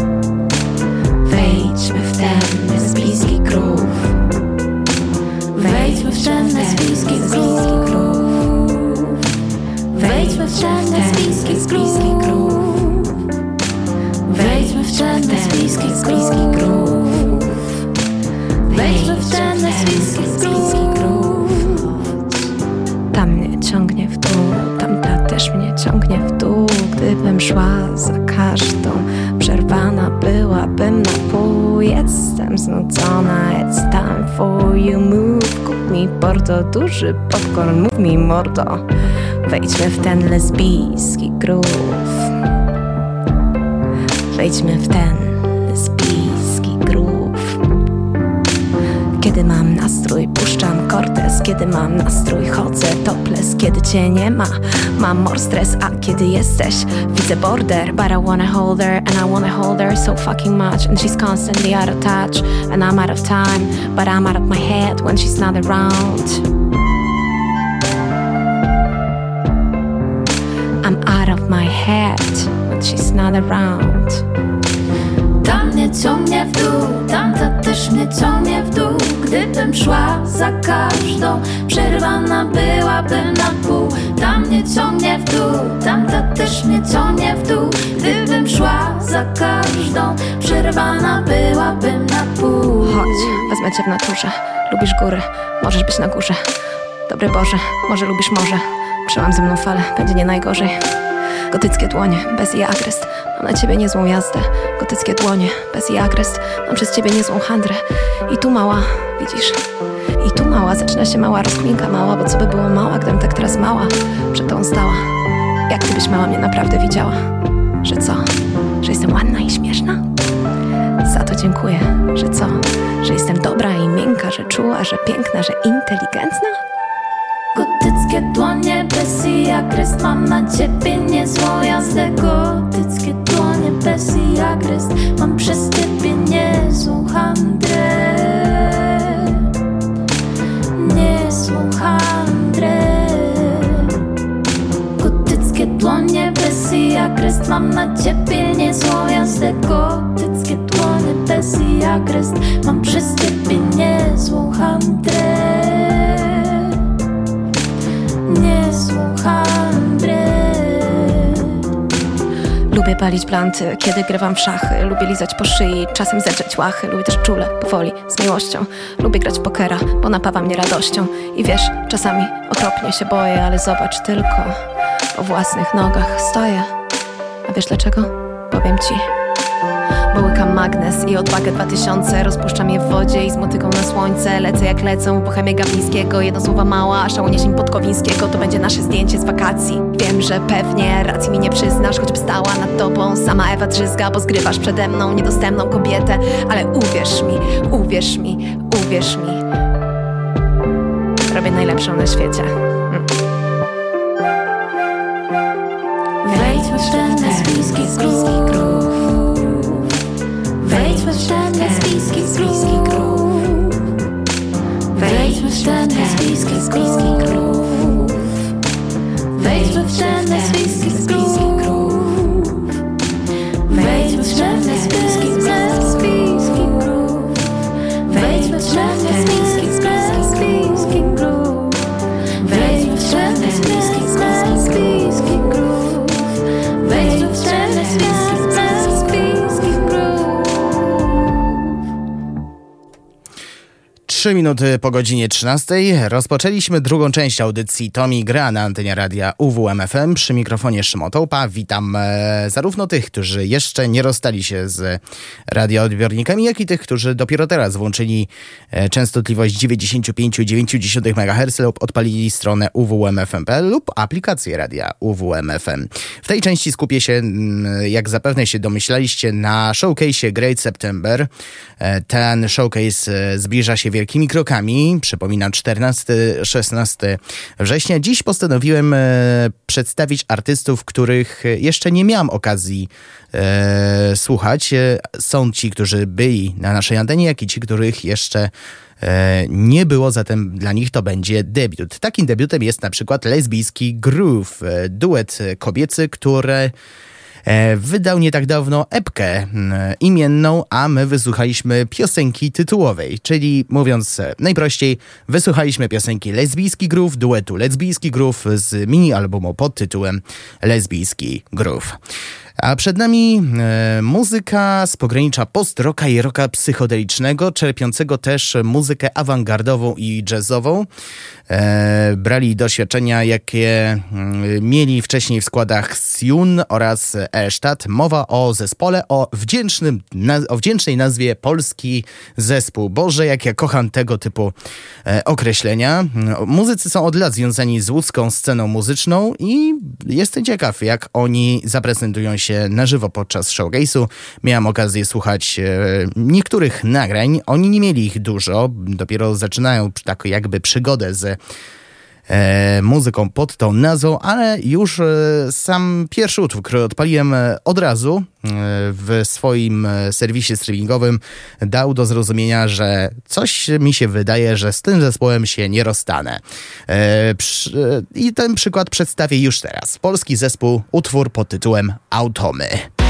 Wejdźmy w ten lesbijski groove. Wejdźmy w ten lesbijski groove. Wejdźmy w ten lesbijski groove. Wejdźmy w ten lesbijski groove. Wejdźmy w ten lesbijski groove. Tam mnie ciągnie w dół, tamta też mnie ciągnie w dół. Gdybym szła za każdą, przerwana byłabym na pół. Jestem znudzona, it's time for you move. Kup mi bardzo duży popcorn, mów mi mordo. Wejdźmy w ten lesbijski groove. Wejdźmy w ten lesbijski groove. Kiedy mam nastrój, puszczam Cortez. Kiedy mam nastrój, chodzę topless. Kiedy cię nie ma, mam more stress. A kiedy jesteś, widzę border. But I wanna hold her, and I wanna hold her so fucking much. And she's constantly out of touch, and I'm out of time. But I'm out of my head when she's not around. I'm out of my head when she's not around. Tam mnie ciągnie w dół, tamta też mnie ciągnie w dół. Gdybym szła za każdą, przerwana byłabym na pół. Tam mnie ciągnie w dół, tamta też mnie ciągnie w dół. Gdybym szła za każdą, przerwana byłabym na pół. Chodź, wezmę cię w naturze. Lubisz góry, możesz być na górze. Dobry Boże, może lubisz morze. Przełam ze mną falę, będzie nie najgorzej. Gotyckie dłonie, bez i agrest. Mam na ciebie niezłą jazdę. Gotyckie dłonie, bez i agrest. Mam przez ciebie niezłą handrę. I tu mała, widzisz? I tu mała, zaczyna się mała rozkminka mała. Bo co by było mała, gdybym tak teraz mała przed tą stała? Jak ty byś mała mnie naprawdę widziała? Że co? Że jestem ładna i śmieszna? Za to dziękuję. Że co? Że jestem dobra i miękka, że czuła, że piękna, że inteligentna? Gotyckie dłonie, bez i agrest. Mam na ciebie niezłą jazdę. Gotyckie dłonie, bez i agrest. Mam przez ciebie niezłą handrę. Niezłą handrę. Gotyckie dłonie, bez i agrest. Mam na ciebie niezłą jazdę. Gotyckie dłonie, bez i agrest. Mam przez ciebie niezłą handrę. Niezłą handrę. Lubię palić blanty, kiedy grywam w szachy. Lubię lizać po szyi, czasem zedrzeć łachy. Lubię też czule, powoli, z miłością. Lubię grać w pokera, bo napawa mnie radością. I wiesz, czasami okropnie się boję, ale zobacz tylko, o własnych nogach stoję. A wiesz dlaczego? Powiem ci. Bo łykam magnes i odwagę dwa tysiące. Rozpuszczam je w wodzie i z motyką na słońce. Lecę jak lecę u Bohemia Gaplińskiego. Jedno słowa mała, aż uniesień Podkowińskiego. To będzie nasze zdjęcie z wakacji. Wiem, że pewnie racji mi nie przyznasz, choćby stała nad tobą sama Ewa Drzyzga, bo zgrywasz przede mną niedostępną kobietę. Ale uwierz mi, uwierz mi, uwierz mi, robię najlepszą na świecie. hmm. Wejdźmy w ten lesbijski groove. Wejdźmy w ten lesbijski groove. Wejdźmy w ten lesbijski groove. Wejdźmy w ten lesbijski groove. Wejdźmy w ten lesbijski groove. Wejdźmy w ten lesbijski groove. Wejdźmy w ten lesbijski groove. Wejdźmy w ten lesbijski groove. Trzy minuty po godzinie trzynastej rozpoczęliśmy drugą część audycji Tomi gra na antenie radia U W M F M. Przy mikrofonie Szymon Tołpa. Witam e, zarówno tych, którzy jeszcze nie rozstali się z radioodbiornikami, jak i tych, którzy dopiero teraz włączyli e, częstotliwość dziewięćdziesiąt pięć i dziewięć megaherców lub odpalili stronę u w m f m kropka p l lub aplikację radia U W M F M. W tej części skupię się, jak zapewne się domyślaliście, na showcase'ie Great September. E, ten showcase zbliża się wielkimi krokami. Przypominam, czternastego szesnastego września. Dziś postanowiłem e, przedstawić artystów, których jeszcze nie miałem okazji e, słuchać. E, są ci, którzy byli na naszej antenie, jak i ci, których jeszcze e, nie było, zatem dla nich to będzie debiut. Takim debiutem jest na przykład lesbijski Groove, e, duet kobiecy, który wydał nie tak dawno epkę imienną, a my wysłuchaliśmy piosenki tytułowej, czyli mówiąc najprościej, wysłuchaliśmy piosenki Lesbijski Groove, duetu Lesbijski Groove z mini-albumu pod tytułem Lesbijski Groove. A przed nami e, muzyka z pogranicza post-rocka i rocka psychodelicznego, czerpiącego też muzykę awangardową i jazzową. E, brali doświadczenia, jakie e, mieli wcześniej w składach Sjun oraz Esztat. Mowa o zespole o, wdzięcznym, na, o wdzięcznej nazwie Polski Zespół. Boże, jak ja kocham tego typu e, określenia. Muzycy są od lat związani z łódzką sceną muzyczną i jestem ciekaw, jak oni zaprezentują się na żywo podczas showcase'u. Miałem okazję słuchać e, niektórych nagrań. Oni nie mieli ich dużo. Dopiero zaczynają taką jakby przygodę z e, muzyką pod tą nazwą, ale już e, sam pierwszy utwór, który odpaliłem e, od razu e, w swoim e, serwisie streamingowym, dał do zrozumienia, że coś mi się wydaje, że z tym zespołem się nie rozstanę. E, przy, e, I ten przykład przedstawię już teraz. Polski zespół, utwór pod tytułem Automy.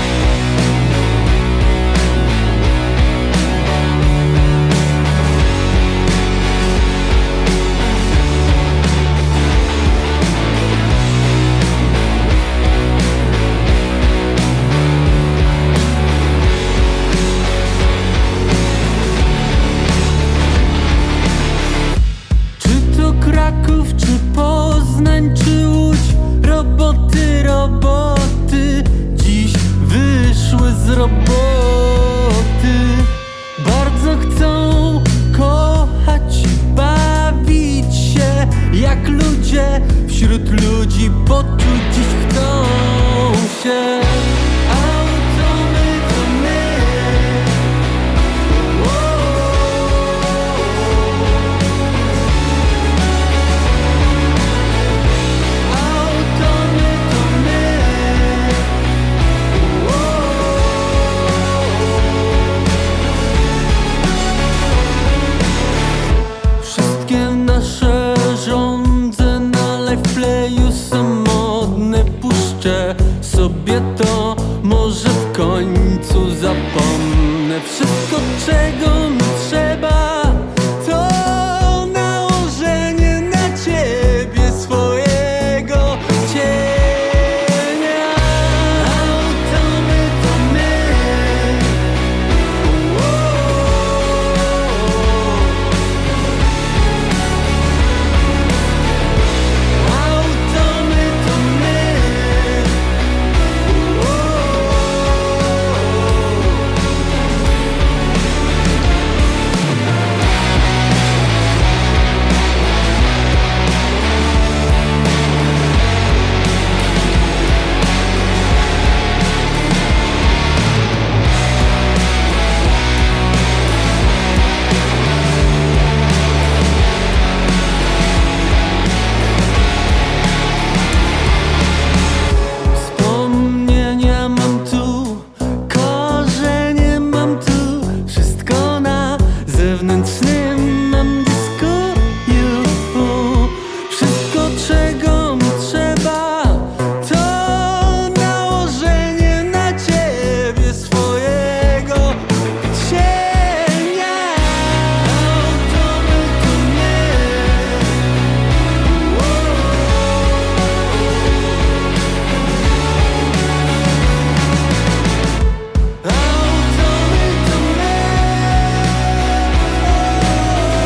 Roboty, roboty, dziś wyszły z roboty. Bardzo chcą kochać, bawić się jak ludzie. Wśród ludzi poczuć dziś chcą się. Automy to my. Sobie to może w końcu zapomnę. Wszystko, czego mi trzeba, to nałożenie na ciebie swojego cienia. Automy to my. Automy to my. Wspomnienia mam tu, korzenie mam tu, wszystko na zewnętrznym mam dysku. Wszystko, czego mi trzeba, to nałożenie na ciebie swojego cienia. Automy to my. Automy to my.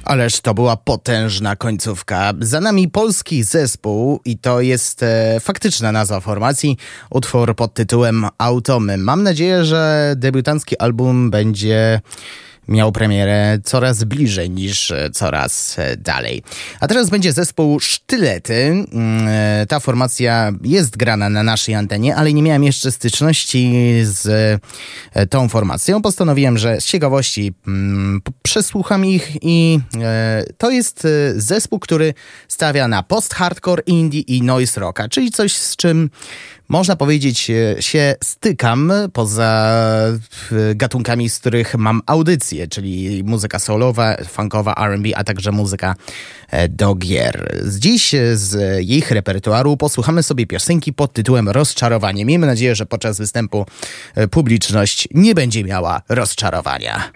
Ależ to była potężna końcówka. Za nami polski zespół i to jest e, faktyczna nazwa formacji. Utwór pod tytułem Automy. Mam nadzieję, że debiutancki album będzie miał premierę coraz bliżej niż coraz dalej. A teraz będzie zespół Sztylety. Ta formacja jest grana na naszej antenie, ale nie miałem jeszcze styczności z tą formacją. Postanowiłem, że z ciekawości przesłucham ich i to jest zespół, który stawia na post-hardcore, indie i noise rocka, czyli coś, z czym można powiedzieć się stykam poza gatunkami, z których mam audycję, czyli muzyka soulowa, funkowa, R and B, a także muzyka do gier. Dziś z ich repertuaru posłuchamy sobie piosenki pod tytułem Rozczarowanie. Miejmy nadzieję, że podczas występu publiczność nie będzie miała rozczarowania.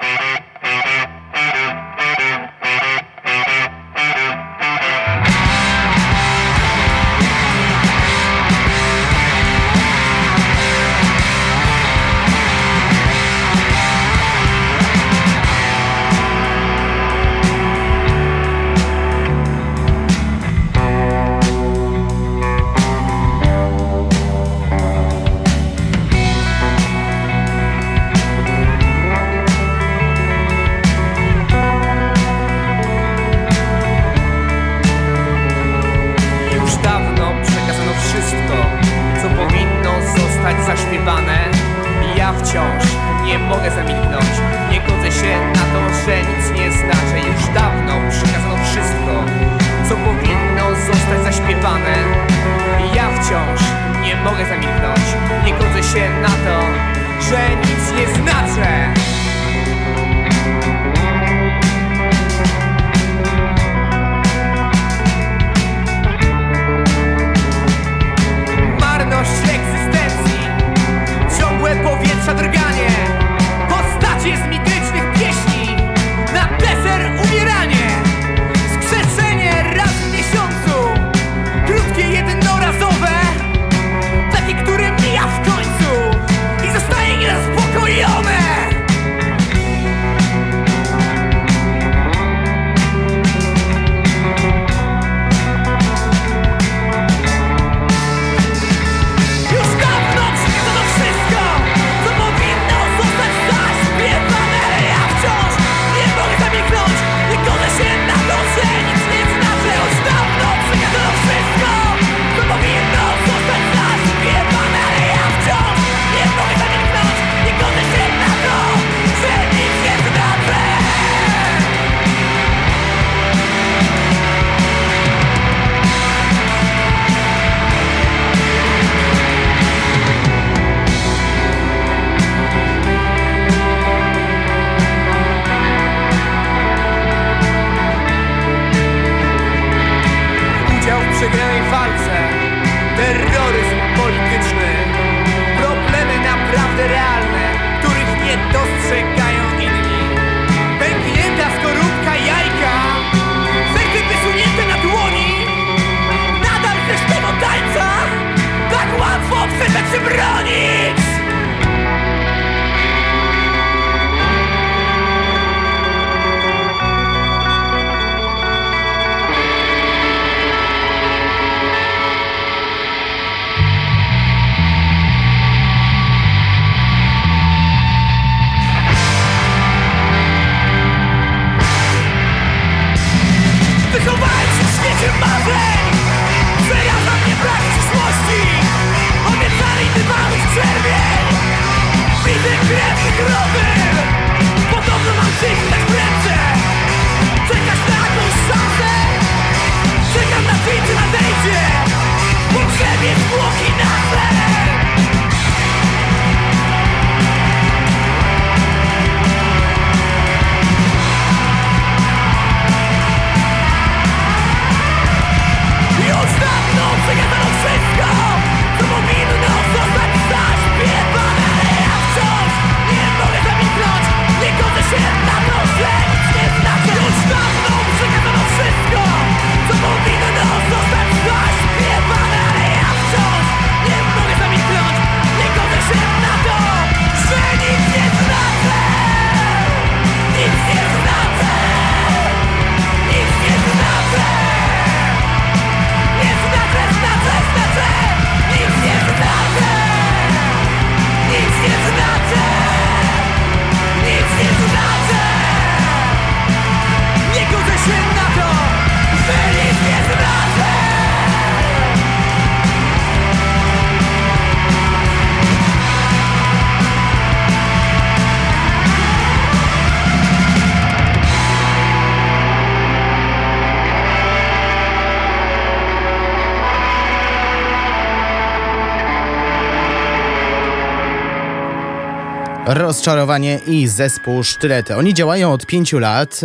Rozczarowanie i zespół Sztylety. Oni działają od pięciu lat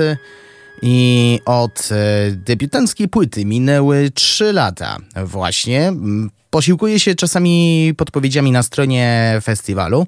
i od debiutanckiej płyty minęły trzy lata właśnie. Posiłkuje się czasami podpowiedziami na stronie festiwalu.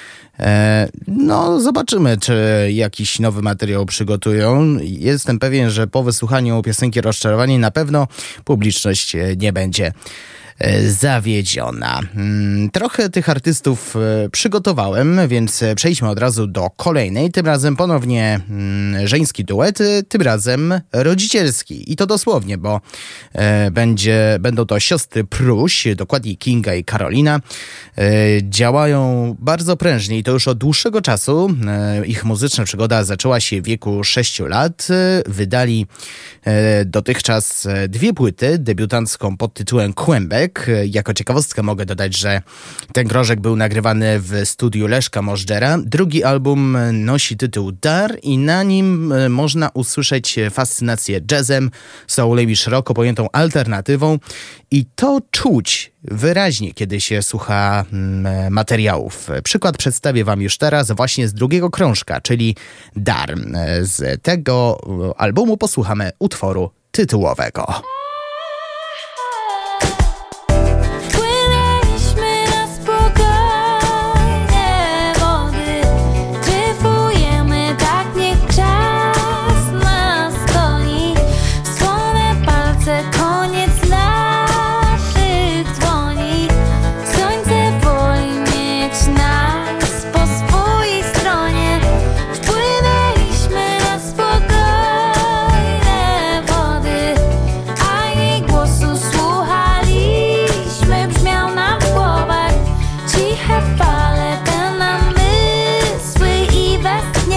No, zobaczymy, czy jakiś nowy materiał przygotują. Jestem pewien, że po wysłuchaniu piosenki Rozczarowanie na pewno publiczność nie będzie zawiedziona. Trochę tych artystów przygotowałem, więc przejdźmy od razu do kolejnej. Tym razem ponownie żeński duet, tym razem rodzicielski. I to dosłownie, bo będzie, będą to siostry Pruś, dokładniej Kinga i Karolina. Działają bardzo prężnie i to już od dłuższego czasu. Ich muzyczna przygoda zaczęła się w wieku sześciu lat. Wydali dotychczas dwie płyty, debiutancką pod tytułem Kłębek. Jako ciekawostkę mogę dodać, że ten krążek był nagrywany w studiu Leszka Możdżera. Drugi album nosi tytuł Dar i na nim można usłyszeć fascynację jazzem, soulem i szeroko pojętą alternatywą. I to czuć wyraźnie, kiedy się słucha materiałów. Przykład przedstawię wam już teraz właśnie z drugiego krążka, czyli Dar. Z tego albumu posłuchamy utworu tytułowego.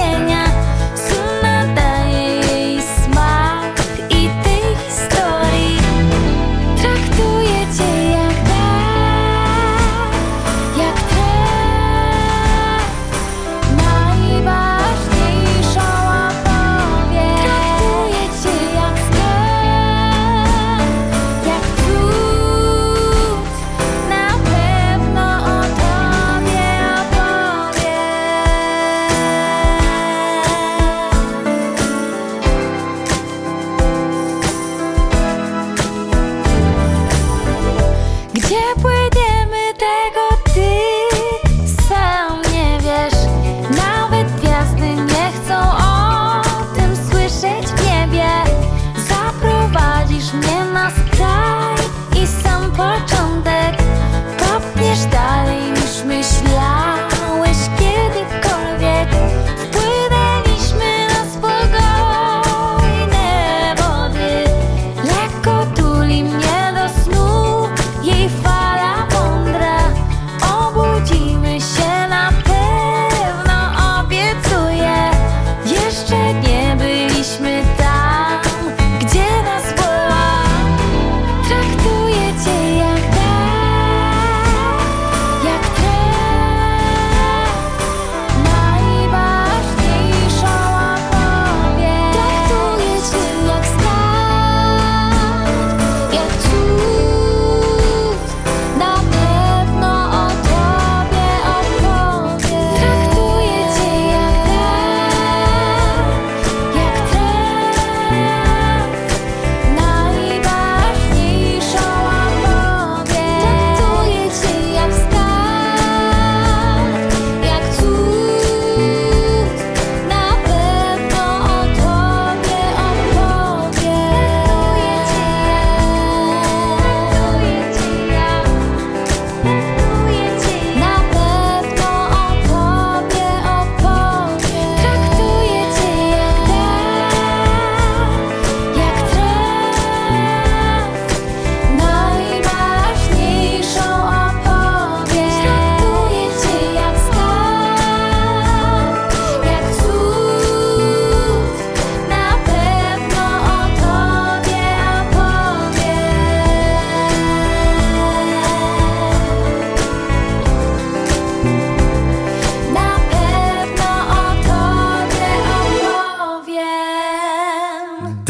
Story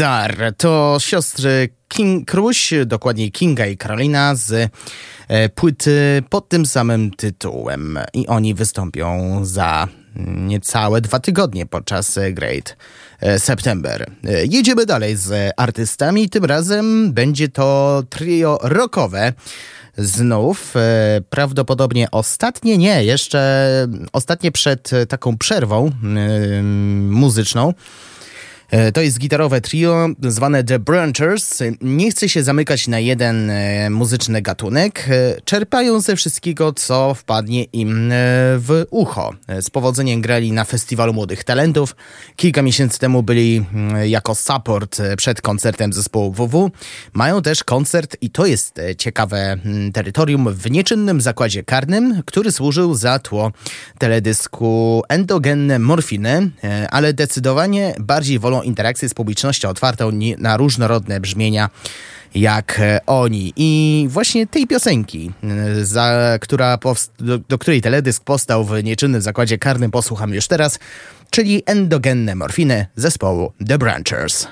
Star to siostry King Kruś, dokładniej Kinga i Karolina z płyty pod tym samym tytułem. I oni wystąpią za niecałe dwa tygodnie podczas Great September. Jedziemy dalej z artystami. Tym razem będzie to trio rockowe. Znów e, prawdopodobnie ostatnie, nie, jeszcze ostatnie przed taką przerwą e, muzyczną. E, to jest gitarowe trio zwane The Branchers. Nie chce się zamykać na jeden e, muzyczny gatunek. E, czerpają ze wszystkiego, co wpadnie im e, w ucho. E, z powodzeniem grali na Festiwalu Młodych Talentów. Kilka miesięcy temu byli e, jako support e, przed koncertem zespołu W W. Mają też koncert, i to jest e, ciekawe m, terytorium, w nieczynnym zakładzie karnym, który służył za tło teledysku Endogenne Morfiny, e, ale zdecydowanie bardziej wolą interakcję z publicznością otwartą na różnorodne brzmienia jak oni. I właśnie tej piosenki, za, która powst- do, do której teledysk powstał w nieczynnym zakładzie karnym, posłucham już teraz, czyli Endogenne Morfiny zespołu The Branchers.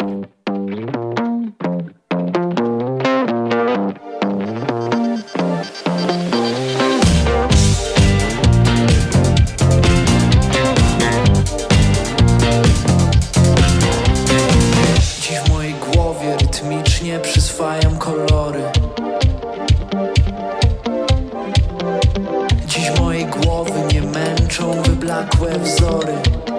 Przyswajam kolory. Dziś mojej głowy nie męczą wyblakłe wzory.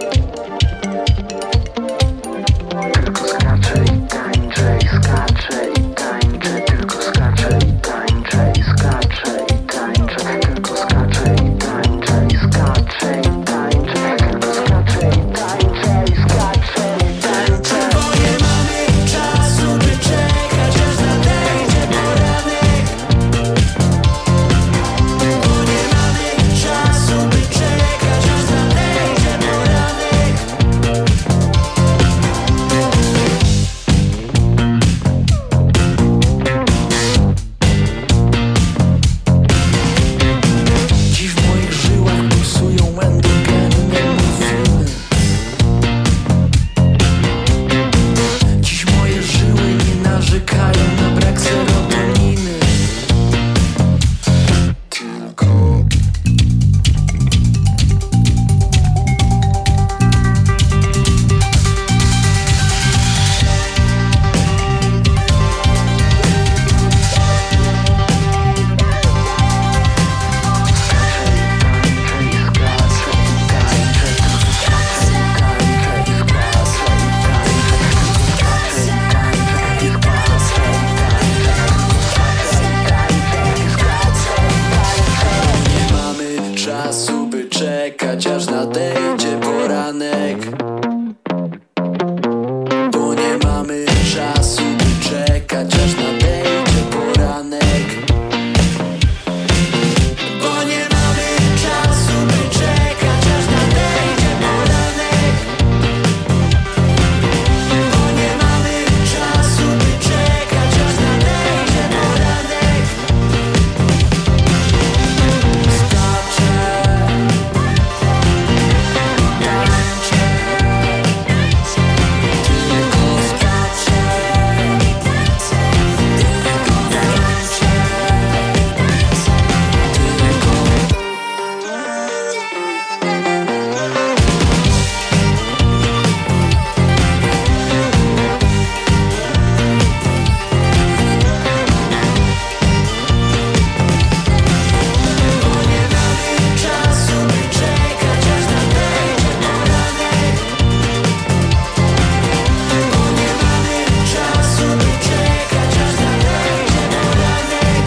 Tylko skaczę i tańczę i skaczę i tańczę. Tylko skaczę i tańczę i skaczę i tańczę. Tylko skaczę i tańczę i skaczę i tańczę. Tylko skaczę i tańczę i skaczę i tańczę. Bo nie mamy czasu, by czekać, aż nadejdzie poranek. Bo nie mamy czasu, by czekać, aż nadejdzie poranek. Dziś w moich żyłach pulsują endogenne morfiny. Dziś moje żyły nie narzekają na brak serotoniny. Tylko nie mamy czasu, by czekać, aż nadejdzie poranek. Bo nie mamy czasu, by czekać, aż nadejdzie poranek. Bo nie mamy czasu, by czekać, aż nadejdzie poranek. Bo nie mamy czasu, by czekać, aż nadejdzie poranek. Skaczę, tańczę, tylko skaczę, tylko tańczę, czasu, by czekać, aż nadejdzie poranek. Bo nie mamy czasu, by czekać, aż nadejdzie poranek.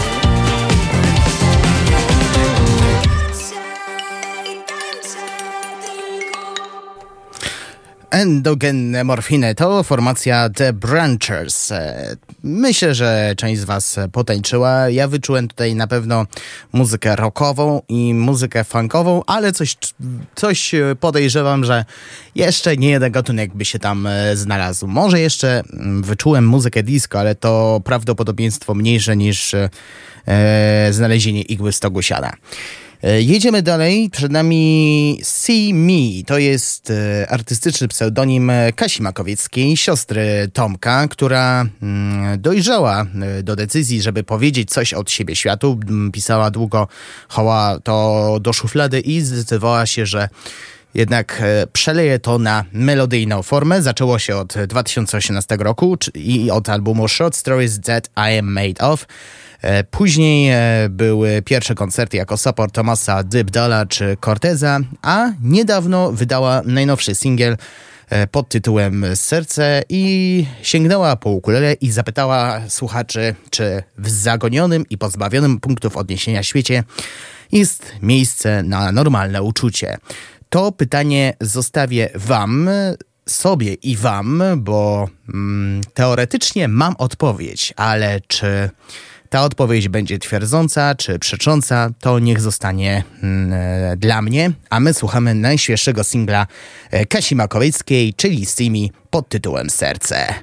Endogenne Morfiny to formacja The Branchers. E, Myślę, że część z was potańczyła. Ja wyczułem tutaj na pewno muzykę rockową i muzykę funkową, ale coś, coś podejrzewam, że jeszcze nie jeden gatunek by się tam e, znalazł. Może jeszcze mm, wyczułem muzykę disco, ale to prawdopodobieństwo mniejsze niż e, znalezienie igły w stogu siana. Jedziemy dalej. Przed nami See Me. To jest e, artystyczny pseudonim Kasi Makowieckiej, siostry Tomka, która mm, dojrzała do decyzji, żeby powiedzieć coś od siebie światu. Pisała długo, chowała to do szuflady i zdecydowała się, że jednak e, przeleje to na melodyjną formę. Zaczęło się od dwa tysiące osiemnastego roku i od albumu Short Stories That I Am Made Of. Później były pierwsze koncerty jako support Thomasa Dybdala czy Corteza, a niedawno wydała najnowszy singiel pod tytułem Serce i sięgnęła po ukulele i zapytała słuchaczy, czy w zagonionym i pozbawionym punktów odniesienia świecie jest miejsce na normalne uczucie. To pytanie zostawię wam, sobie i wam, bo mm, teoretycznie mam odpowiedź, ale czy ta odpowiedź będzie twierdząca czy przecząca, to niech zostanie mm, dla mnie, a my słuchamy najświeższego singla Kasi Makowieckiej, czyli Simi pod tytułem Serce.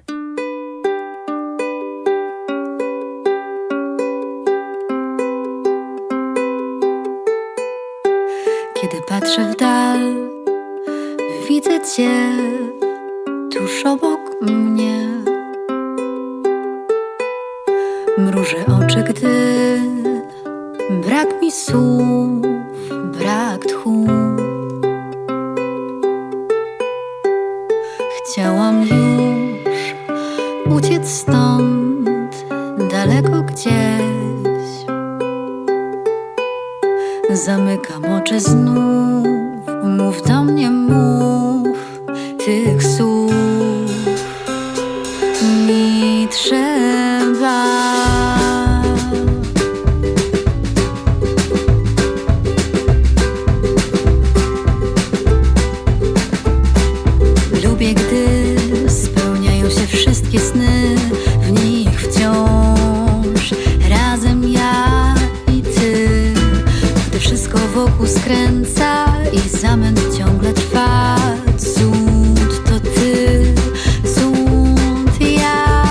Kiedy patrzę w dal, widzę Cię tuż obok mnie. Mrużę oczy, gdy brak mi słów, brak tchu. Chciałam już uciec stąd, daleko gdzieś. Zamykam oczy znów, mów do mnie, mów tych słów. Mi trzeba. Lubię, gdy spełniają się wszystkie sny, w nich wciąż razem ja i ty. Gdy wszystko wokół skręca i zamęt ciągle trwa, cud to ty, cud ja.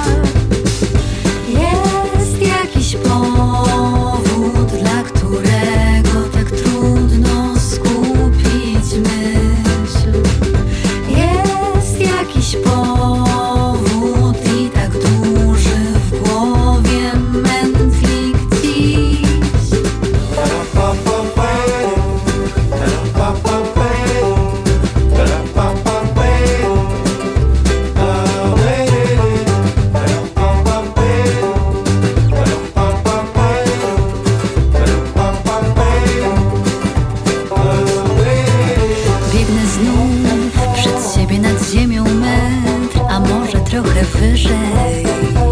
Jest jakiś powód, dla którego tak trudno skupić myśl. Jest jakiś powód i tak duży w głowie mętlik dziś. Biegnę znów przed siebie nad ziemią metr, a może trochę wyżej.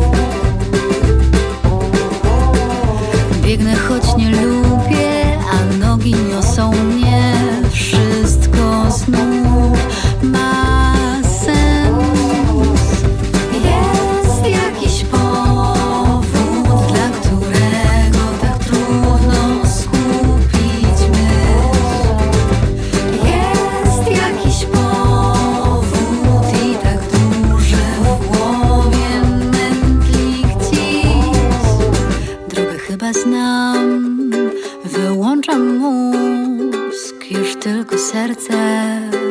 Biegnę, choć nie lubię, a nogi niosą mnie. Wszystko znów ma sens. Jest jakiś powód, dla którego tak trudno skupić myśl. Jest jakiś powód i tak duży w głowie mętlik dziś. Drogę chyba znam, wyłączam mózg, już tylko serce.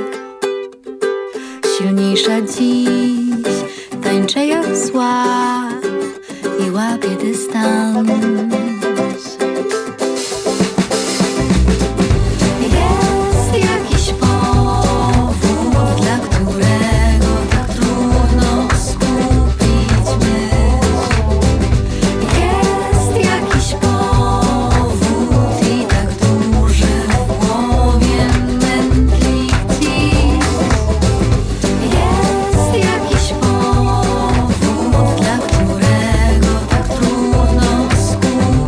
Silniejsza dziś, tańczę jak zła i łapię dystans. Jest jakiś powód, dla którego tak trudno skupić myśl. Jest jakiś powód i tak duży w głowie mętlik dziś. Jest jakiś powód, dla którego tak trudno skupić.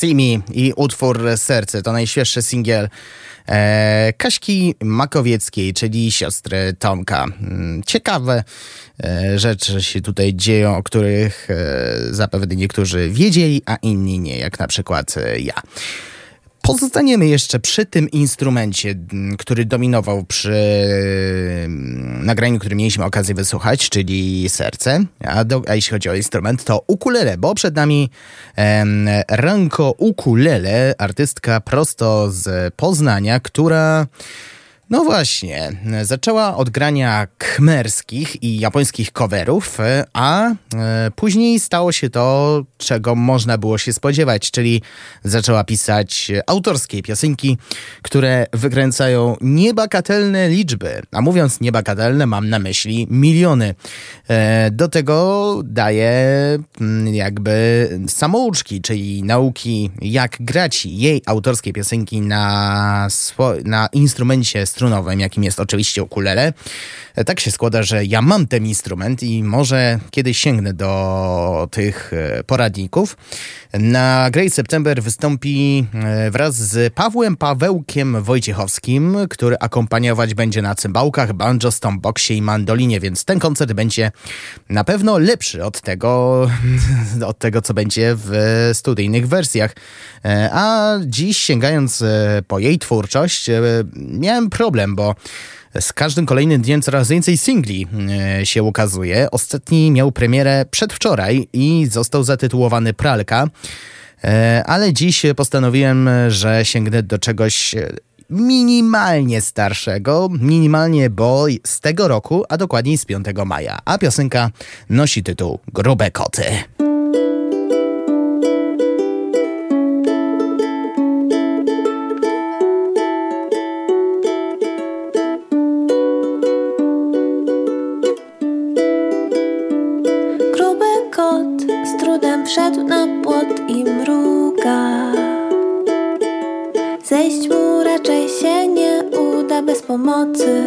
See Me i utwór Serce. To najświeższy singiel e, Kaśki Makowieckiej, czyli siostry Tomka. Ciekawe e, rzeczy się tutaj dzieją, o których e, zapewne niektórzy wiedzieli, a inni nie, jak na przykład e, ja. Pozostaniemy jeszcze przy tym instrumencie, który dominował przy nagraniu, które mieliśmy okazję wysłuchać, czyli Serce. A, do, a jeśli chodzi o instrument, to ukulele, bo przed nami em, Ranko Ukulele, artystka prosto z Poznania, która... No właśnie, zaczęła od grania khmerskich i japońskich coverów, a e, później stało się to, czego można było się spodziewać, czyli zaczęła pisać autorskie piosenki, które wykręcają niebagatelne liczby, a mówiąc niebagatelne mam na myśli miliony. E, do tego daje m, jakby samouczki, czyli nauki, jak grać jej autorskie piosenki na, swo- na instrumencie strunowym, jakim jest oczywiście ukulele. Tak się składa, że ja mam ten instrument i może kiedyś sięgnę do tych poradników. Na Great September wystąpi wraz z Pawłem Pawełkiem Wojciechowskim, który akompaniować będzie na cymbałkach, banjo, stompboxie i mandolinie, więc ten koncert będzie na pewno lepszy od tego, od tego, co będzie w studyjnych wersjach. A dziś, sięgając po jej twórczość, miałem problem, bo z każdym kolejnym dniem coraz więcej singli e, się ukazuje. Ostatni miał premierę przedwczoraj i został zatytułowany Pralka. E, ale dziś postanowiłem, że sięgnę do czegoś minimalnie starszego. Minimalnie, bo z tego roku, a dokładniej z piątego maja. A piosenka nosi tytuł Grube koty. Wszedł na płot i mruga. Zejść mu raczej się nie uda bez pomocy.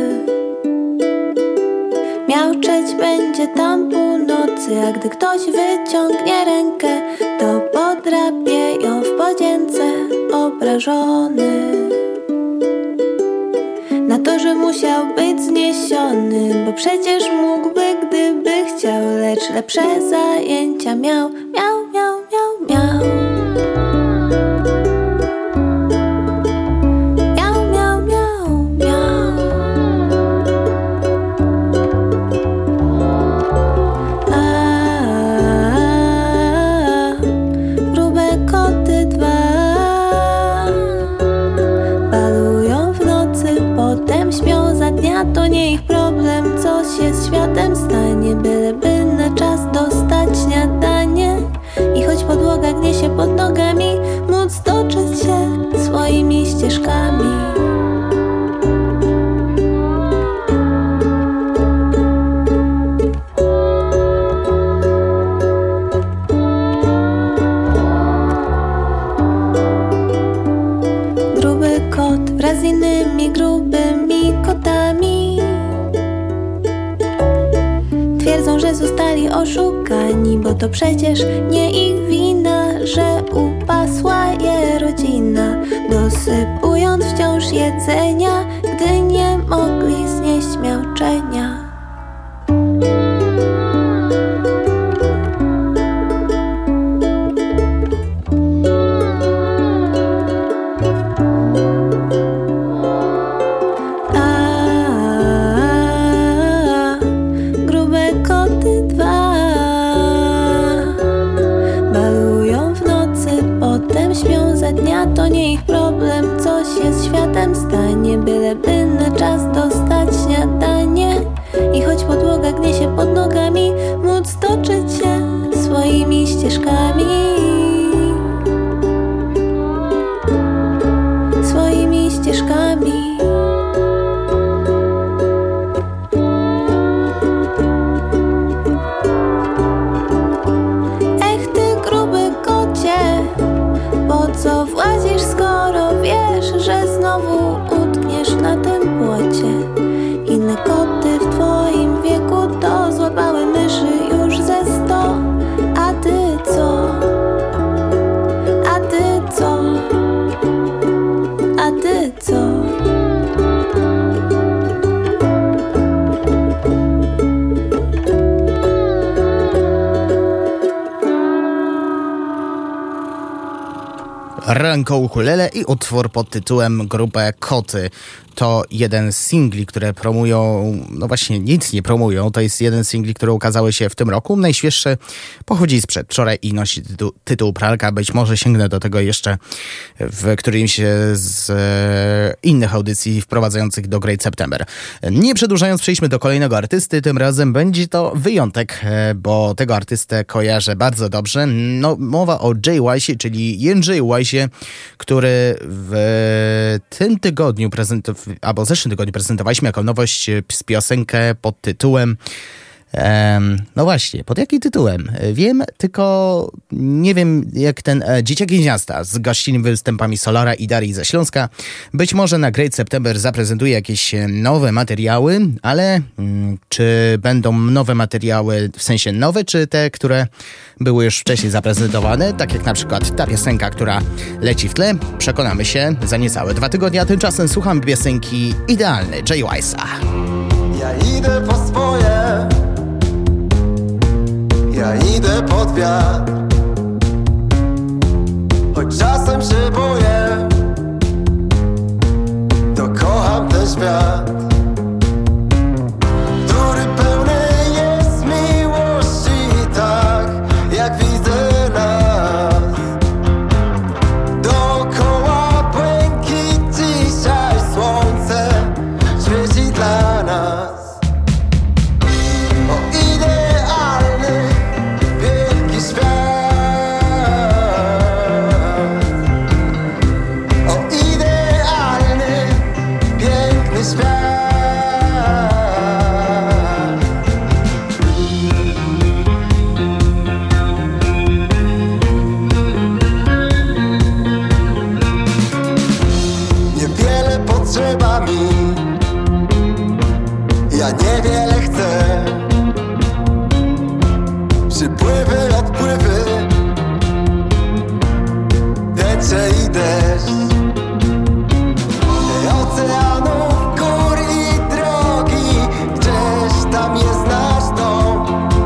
Miauczeć będzie tam północy, a gdy ktoś wyciągnie rękę, to podrapie ją w podzięce obrażony. Na to, że musiał być zniesiony, bo przecież mógłby, gdyby chciał, lecz lepsze zajęcia miał, miał, miał, miał, miał. Miał, miał, miał, miał. A, a, a, grube koty dwa balują w nocy, potem śpią za dnia, to nie ich problem, co się z światem stanie, byleby na czas dostać śniadanie. I choć podłoga gniesie pod nogami, móc toczyć się swoimi ścieżkami. Gruby kot wraz z innymi grubymi kotami twierdzą, że zostali oszukani, bo to przecież nie ich wina, że upasła je rodzina, dosypując wciąż jedzenia, gdy nie mogli znieść miauczenia. To nie ich problem, co się z światem stanie, byleby na czas dostać śniadanie. I choć podłoga gniesie pod nogami, móc toczyć się swoimi ścieżkami. Swoimi ścieżkami. Ech ty gruby kocie, po co włazisz, skoro wiesz, że znowu utkniesz na tym Ranko Ukulele i utwór pod tytułem Grupę Koty. To jeden z singli, które promują, no właśnie nic nie promują, to jest jeden z singli, które ukazały się w tym roku. Najświeższy pochodzi sprzed wczoraj i nosi tytuł, tytuł Pralka. Być może sięgnę do tego jeszcze w którymś z e, innych audycji wprowadzających do Great September. Nie przedłużając, przejdźmy do kolejnego artysty. Tym razem będzie to wyjątek, e, bo tego artystę kojarzę bardzo dobrze. No, mowa o Jay Wise, czyli Jędrzeju Wise, który w tym tygodniu prezentował albo w zeszłym tygodniu prezentowaliśmy jako nowość z piosenkę pod tytułem um, no właśnie, pod jakim tytułem? Wiem, tylko nie wiem jak ten e, Dzieciaki Gniazda z gościnnymi występami Solara i Darii ze Śląska. Być może na Great September zaprezentuje jakieś nowe materiały, ale mm, czy będą nowe materiały, w sensie nowe, czy te, które były już wcześniej zaprezentowane, tak jak na przykład ta piosenka, która leci w tle, przekonamy się za niecałe dwa tygodnie, a tymczasem słucham piosenki Idealny Jay Wise'a. Ja idę po swoje, ja idę pod wiatr, choć czasem się boję, to kocham ten świat, który pełny jest miłości, tak jak widzę nas. Dookoła błękit, dzisiaj słońce świeci dla nas. O idealny, wielki świat, o idealny, piękny świat. Niewiele potrzeba mi, ja niewiele chcę. Przypływy, odpływy, tęcze i deszcz, oceanów, gór i drogi, gdzieś tam jest nasz dom.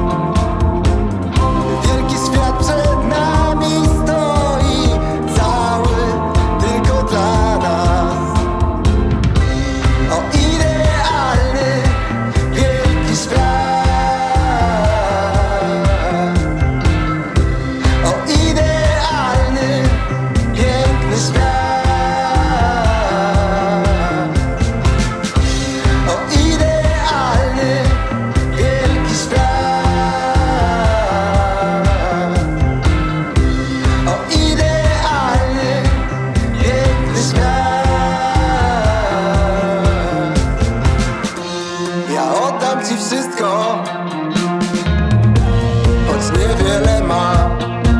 Wielki świat przed nami stoi, cały tylko dla nas. O idealny, wielki świat, o idealny, piękny świat, o idealny, wielki świat, o idealny, piękny świat. Ja oddam ci wszystko, choć niewiele mam.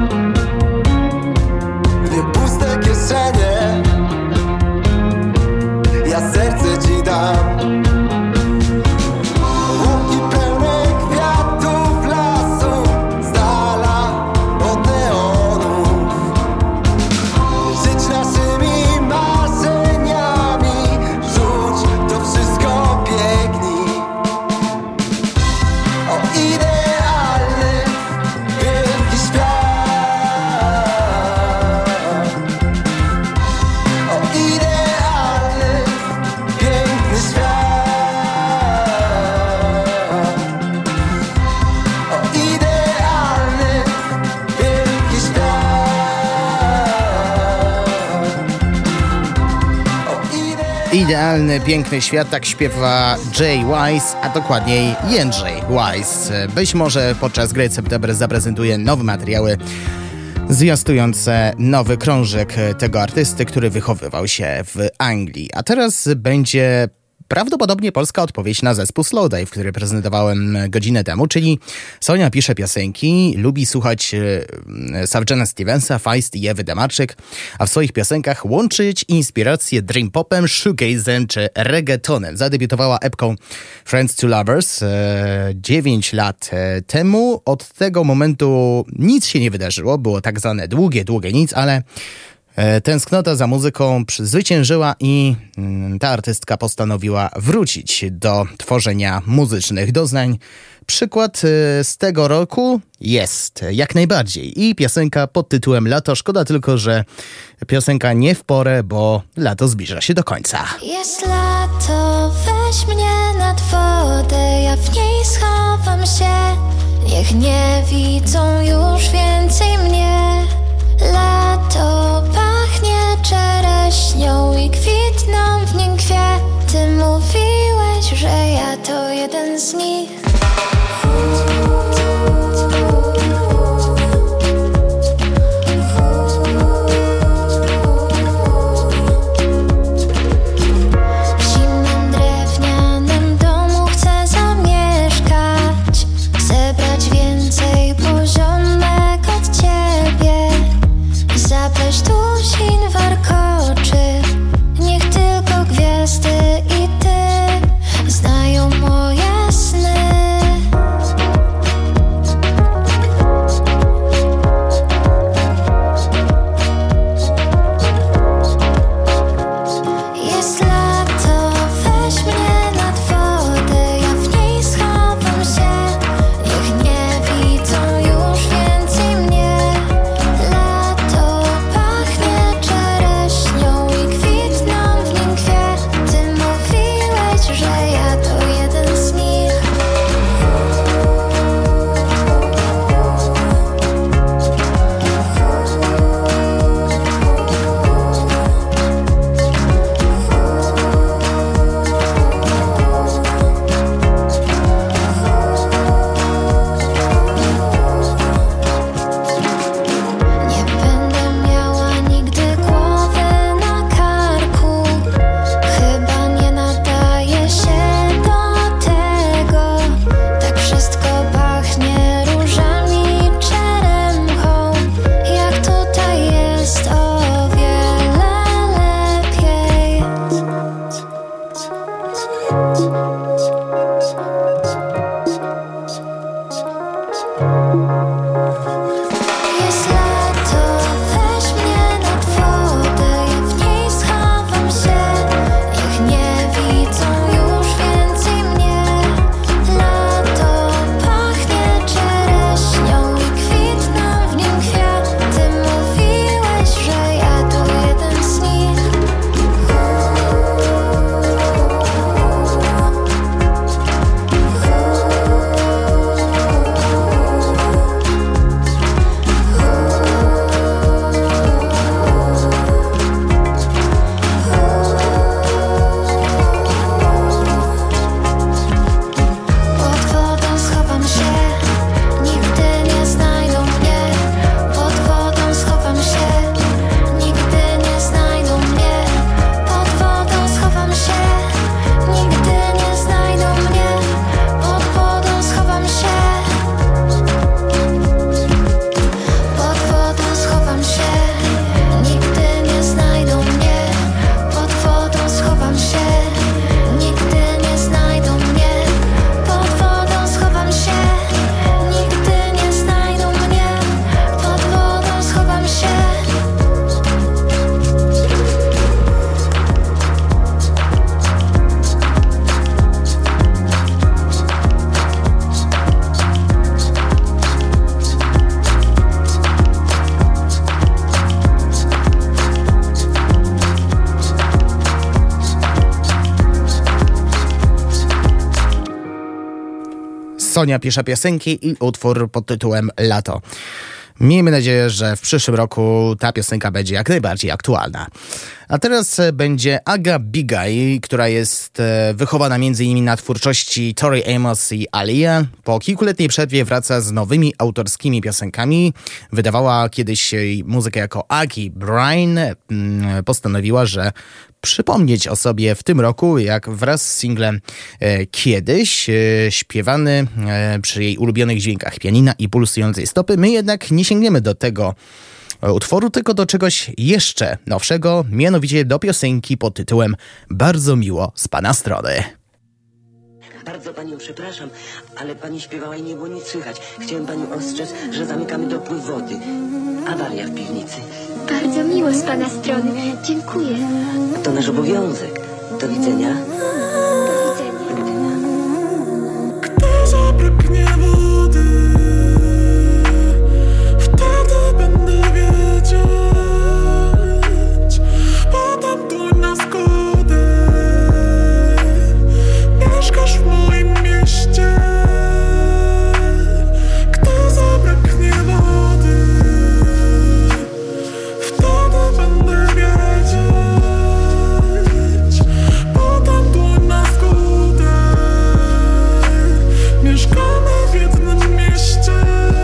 Dwie puste kieszenie, ja serce ci dam. Łąki pełne kwiatów, lasów, z dala od neonów. Żyć naszymi marzeniami, rzuć to wszystko, biegnij. O idealny, wielki świat, o idealny, piękny świat, o idealny, wielki świat, o idealny. Idealny, piękny świat, tak śpiewa Jay Wise, a dokładniej Jędrzej Wise. Być może podczas Great September zaprezentuje nowe materiały zwiastujące nowy krążek tego artysty, który wychowywał się w Anglii. A teraz będzie prawdopodobnie polska odpowiedź na zespół Slowdive, który prezentowałem godzinę temu, czyli Sonia pisze piosenki, lubi słuchać e, Sgt. Stevensa, Feist i Ewy Demarczyk, a w swoich piosenkach łączyć inspiracje dream popem, shoegazem czy reggaetonem. Zadebiutowała epką Friends to Lovers e, dziewięć lat e, temu. Od tego momentu nic się nie wydarzyło, było tak zwane długie, długie nic, ale Tęsknota za muzyką zwyciężyła i ta artystka postanowiła wrócić do tworzenia muzycznych doznań. Przykład z tego roku jest jak najbardziej i piosenka pod tytułem Lato. Szkoda tylko, że piosenka nie w porę, bo lato zbliża się do końca. Jest lato, weź mnie nad wodę, ja w niej schowam się. Niech nie widzą już więcej mnie. Lato pachnie czereśnią i kwitną w nim kwiaty. Mówiłeś, że ja to jeden z nich. W zimnym drewnianym domu chcę zamieszkać, zebrać więcej poziomek od ciebie, zapleść tuzin warkoczy. Niech tylko gwiazdy i ty znają moje sny. Jest lato, weź mnie nad wodę, ja w niej schowam się. Niech nie widzą już więcej mnie. Lato pachnie czereśnią i kwitną w nim kwiaty. Mówiłeś, że ja to jeden z nich. Nie będę miała nigdy głowy na karku. Chyba nie nadaje się do tego. Tak wszystko pachnie różami, czeremchą. Jak tutaj jest o wiele lepiej. Jest lato, weź mnie nad wodę, ja w niej schowam się. Niech nie widzą już więcej mnie. Lato pachnie czereśnią i kwitną w nim kwiaty. Mówiłeś, że ja to jeden z nich. Pod wodą schowam się, nigdy nie znajdą mnie. Pod wodą schowam się, nigdy nie znajdą mnie. Pod wodą schowam się, nigdy nie znajdą mnie. Pod wodą schowam się. Pod wodą schowam się, nigdy nie znajdą mnie. Pod wodą schowam się, nigdy nie znajdą mnie. Pod wodą schowam się, nigdy nie znajdą mnie. Pod wodą schowam się. Sonia pisze piosenki i utwór pod tytułem Lato. Miejmy nadzieję, że w przyszłym roku ta piosenka będzie jak najbardziej aktualna. A teraz będzie Aga Bigaj, która jest wychowana między innymi na twórczości Tori Amos i Aaliyah. Po kilkuletniej przerwie wraca z nowymi autorskimi piosenkami. Wydawała kiedyś muzykę jako Aki Brian. Postanowiła, że przypomnieć o sobie w tym roku, jak wraz z singlem e, Kiedyś, e, śpiewany e, przy jej ulubionych dźwiękach pianina i pulsującej stopy. My jednak nie sięgniemy do tego utworu, tylko do czegoś jeszcze nowszego, mianowicie do piosenki pod tytułem Bardzo miło z pana strony. Bardzo panią przepraszam, ale pani śpiewała i nie było nic słychać. Chciałem panią ostrzec, że zamykamy dopływ wody. Awaria w piwnicy. Bardzo miło z pana strony. Dziękuję. To nasz obowiązek. Do widzenia. Gdy zabraknie wody, wtedy będę wiedzieć. Podam dłoń na zgodę. Mieszkasz w moim mieście. Gdy zabraknie wody, wtedy będę wiedzieć. Podam dłoń na zgodę. Mieszkamy w jednym mieście.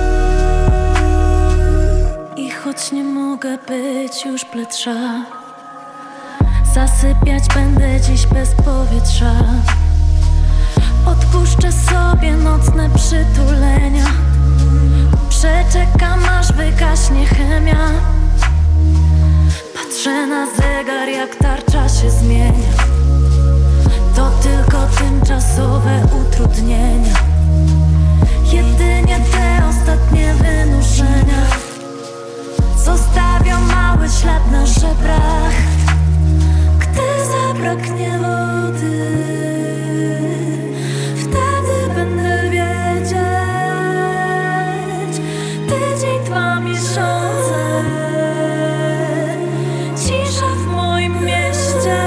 I choć nie mogę być już bledsza, zasypiać będę dziś bez powietrza. Odpuszczę sobie nocne przytulenia. Przeczekam aż wygaśnie chemia. Patrzę na zegar jak tarcza się zmienia. To tylko tymczasowe utrudnienia. Jedynie te ostatnie wynurzenia zostawią mały ślad na żebrach. Gdy zabraknie wody, wtedy będę wiedzieć. Tydzień, dwa miesiące, cisza w moim mieście.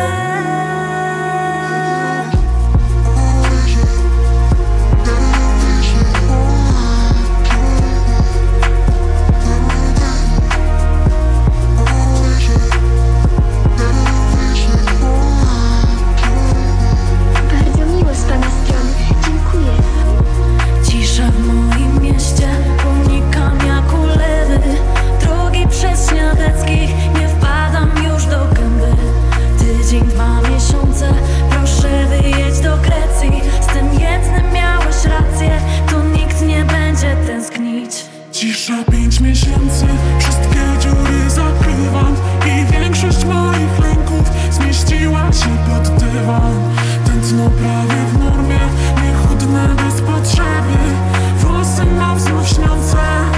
Bardzo miło z pana strony. Dziękuję. Cisza w moim mieście, unikam jak ulewy. Drogi przez Śniadeckich, nie wpadam już do gęby. Tydzień, dwa miesiące, proszę wyjedź do Grecji. Z tym jednym miałeś rację, tu nikt nie będzie tęsknić. Cisza pięć miesięcy, wszystkie dziury zakrywam. I większość moich lęków zmieściła się pod dywan. Tętno prawie w normie, niechudne bez potrzeby. Włosy mam znów śniące.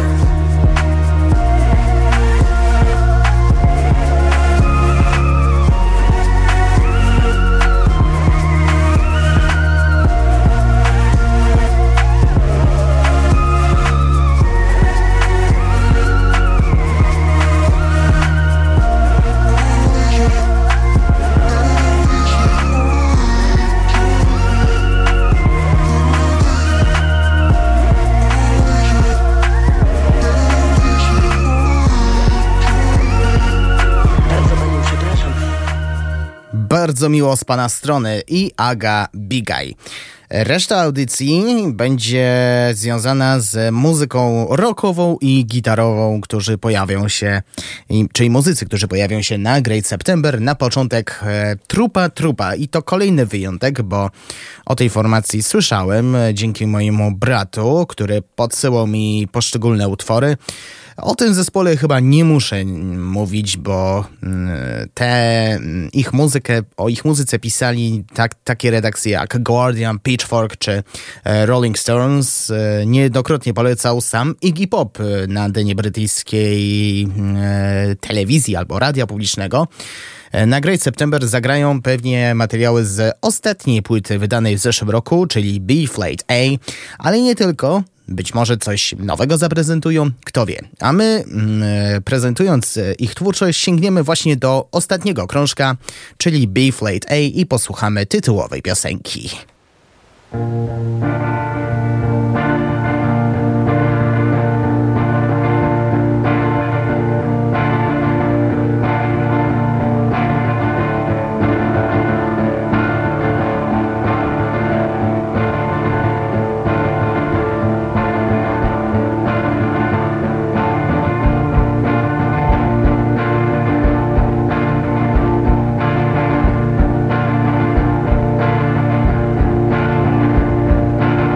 Bardzo panią przepraszam. Bardzo miło z pana strony i Aga Bigaj. Reszta audycji będzie związana z muzyką rockową i gitarową, którzy pojawią się, czyli muzycy, którzy pojawią się na Great September na początek e, Trupa Trupa. I to kolejny wyjątek, bo o tej formacji słyszałem dzięki mojemu bratu, który podsyłał mi poszczególne utwory. O tym zespole chyba nie muszę mówić, bo te ich muzykę, o ich muzyce pisali tak, takie redakcje jak Guardian, Pitchfork czy Rolling Stones. Niejednokrotnie polecał sam Iggy Pop na antenie brytyjskiej telewizji albo radia publicznego. Na Great September zagrają pewnie materiały z ostatniej płyty wydanej w zeszłym roku, czyli B-Flat A, ale nie tylko. Być może coś nowego zaprezentują, kto wie. A my, mm, prezentując ich twórczość, sięgniemy właśnie do ostatniego krążka, czyli B-Flat A i posłuchamy tytułowej piosenki. Thank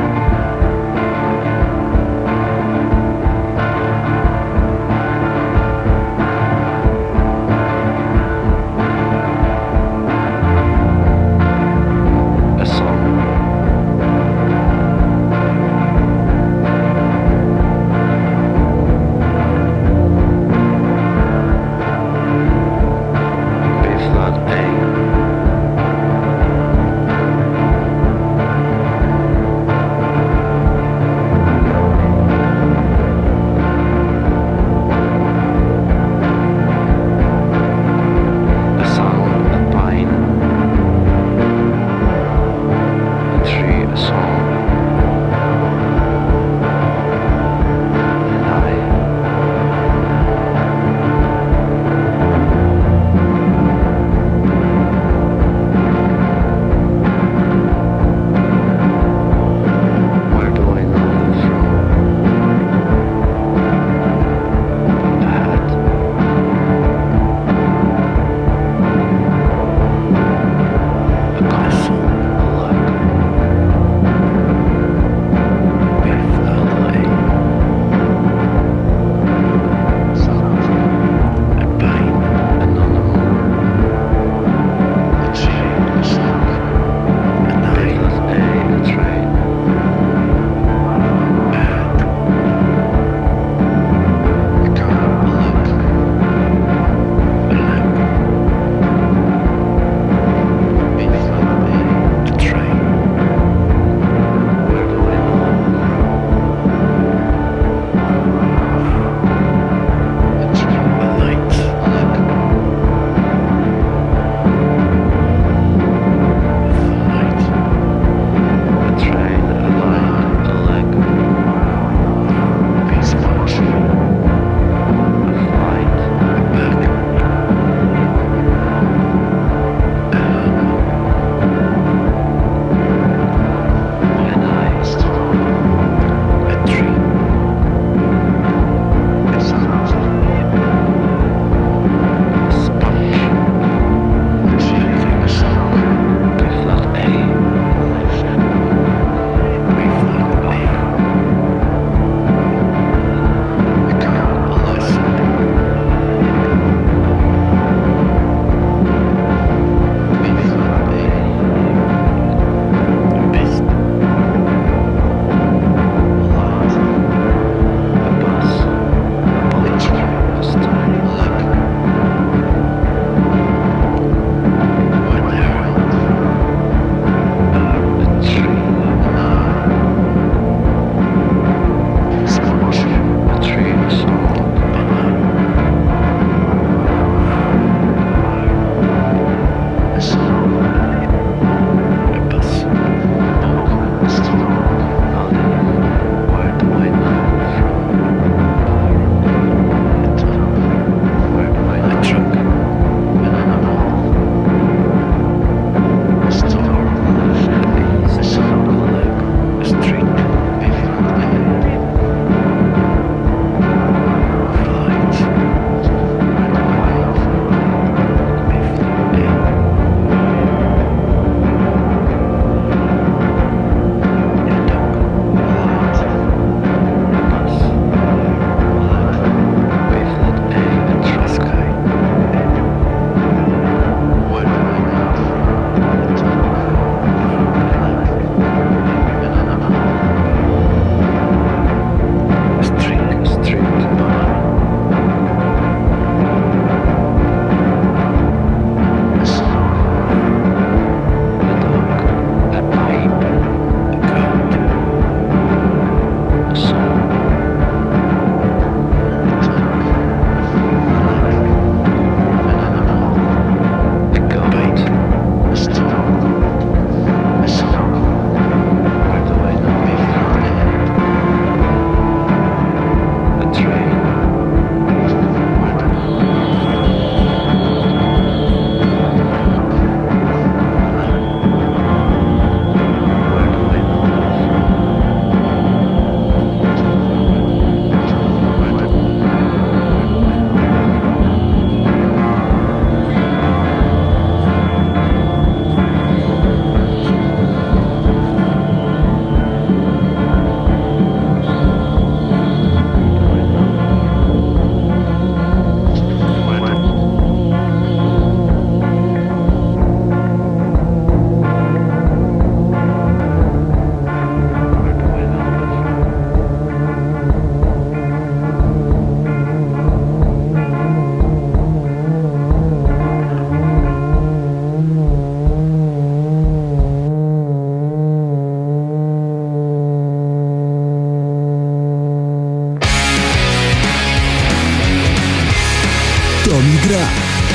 gra.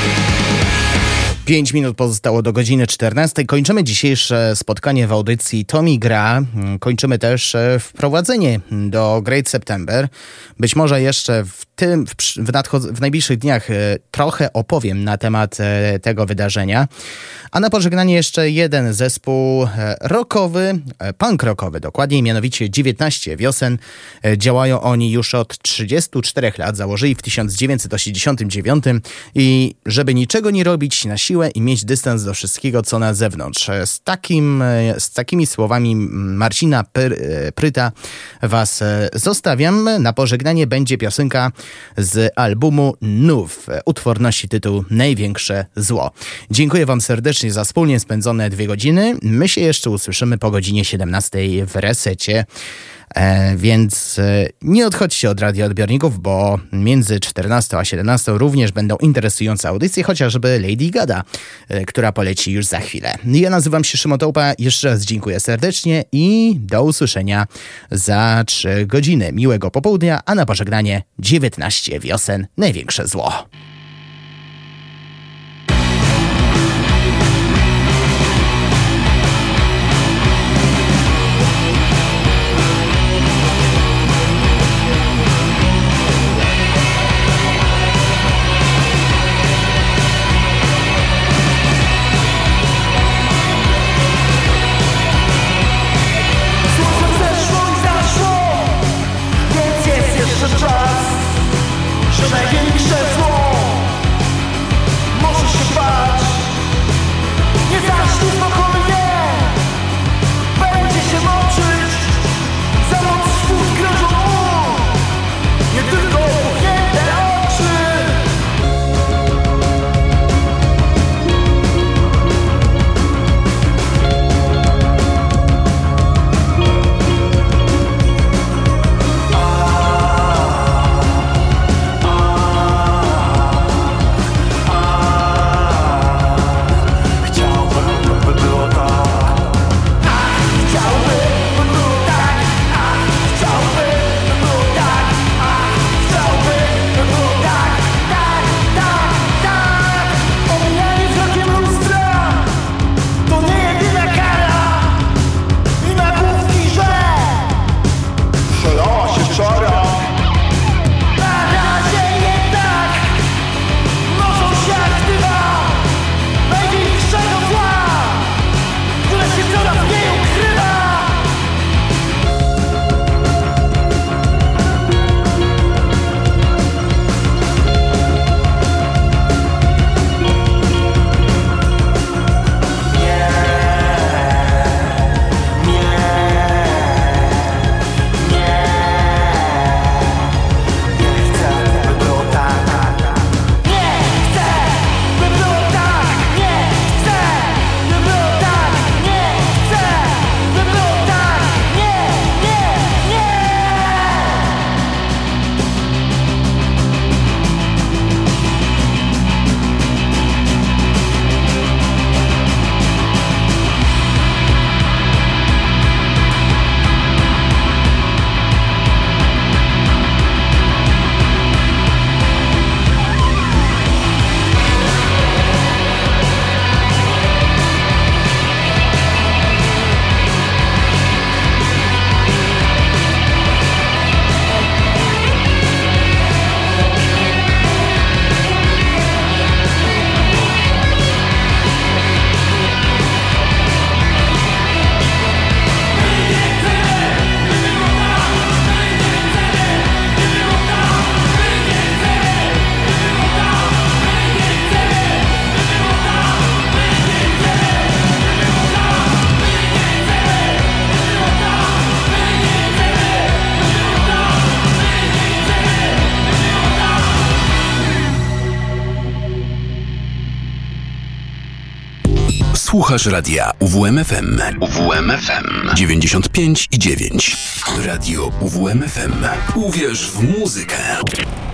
Pięć minut pozostało do godziny czternastej. Kończymy dzisiejsze spotkanie w audycji To mi gra. Kończymy też wprowadzenie do Great September. Być może jeszcze w tym, w, w, nadchod- w najbliższych dniach trochę opowiem na temat tego wydarzenia. A na pożegnanie jeszcze jeden zespół rockowy, punk rockowy dokładniej, mianowicie dziewiętnaście wiosen. Działają oni już od trzydziestu czterech lat. Założyli w tysiąc dziewięćset osiemdziesiątym dziewiątym i żeby niczego nie robić na siłę i mieć dystans do wszystkiego, co na zewnątrz. Z, takim, z takimi słowami Marcina Pry- Pryta was zostawiam. Na pożegnanie będzie piosenka z albumu Nów. Utwór nosi tytuł Największe zło. Dziękuję wam serdecznie za wspólnie spędzone dwie godziny. My się jeszcze usłyszymy po godzinie siedemnastej w resecie. E, więc e, nie odchodźcie od radioodbiorników, bo między czternastą a siedemnastą również będą interesujące audycje, chociażby Lady Gaga, e, która poleci już za chwilę. Ja nazywam się Szymon Tołpa, jeszcze raz dziękuję serdecznie i do usłyszenia za trzy godziny. Miłego popołudnia, a na pożegnanie dziewiętnaście wiosen, największe zło. Słuchasz radia U W M F M. U W M F M dziewięćdziesiąt pięć i dziewięć. Radio U W M F M. Uwierz w muzykę.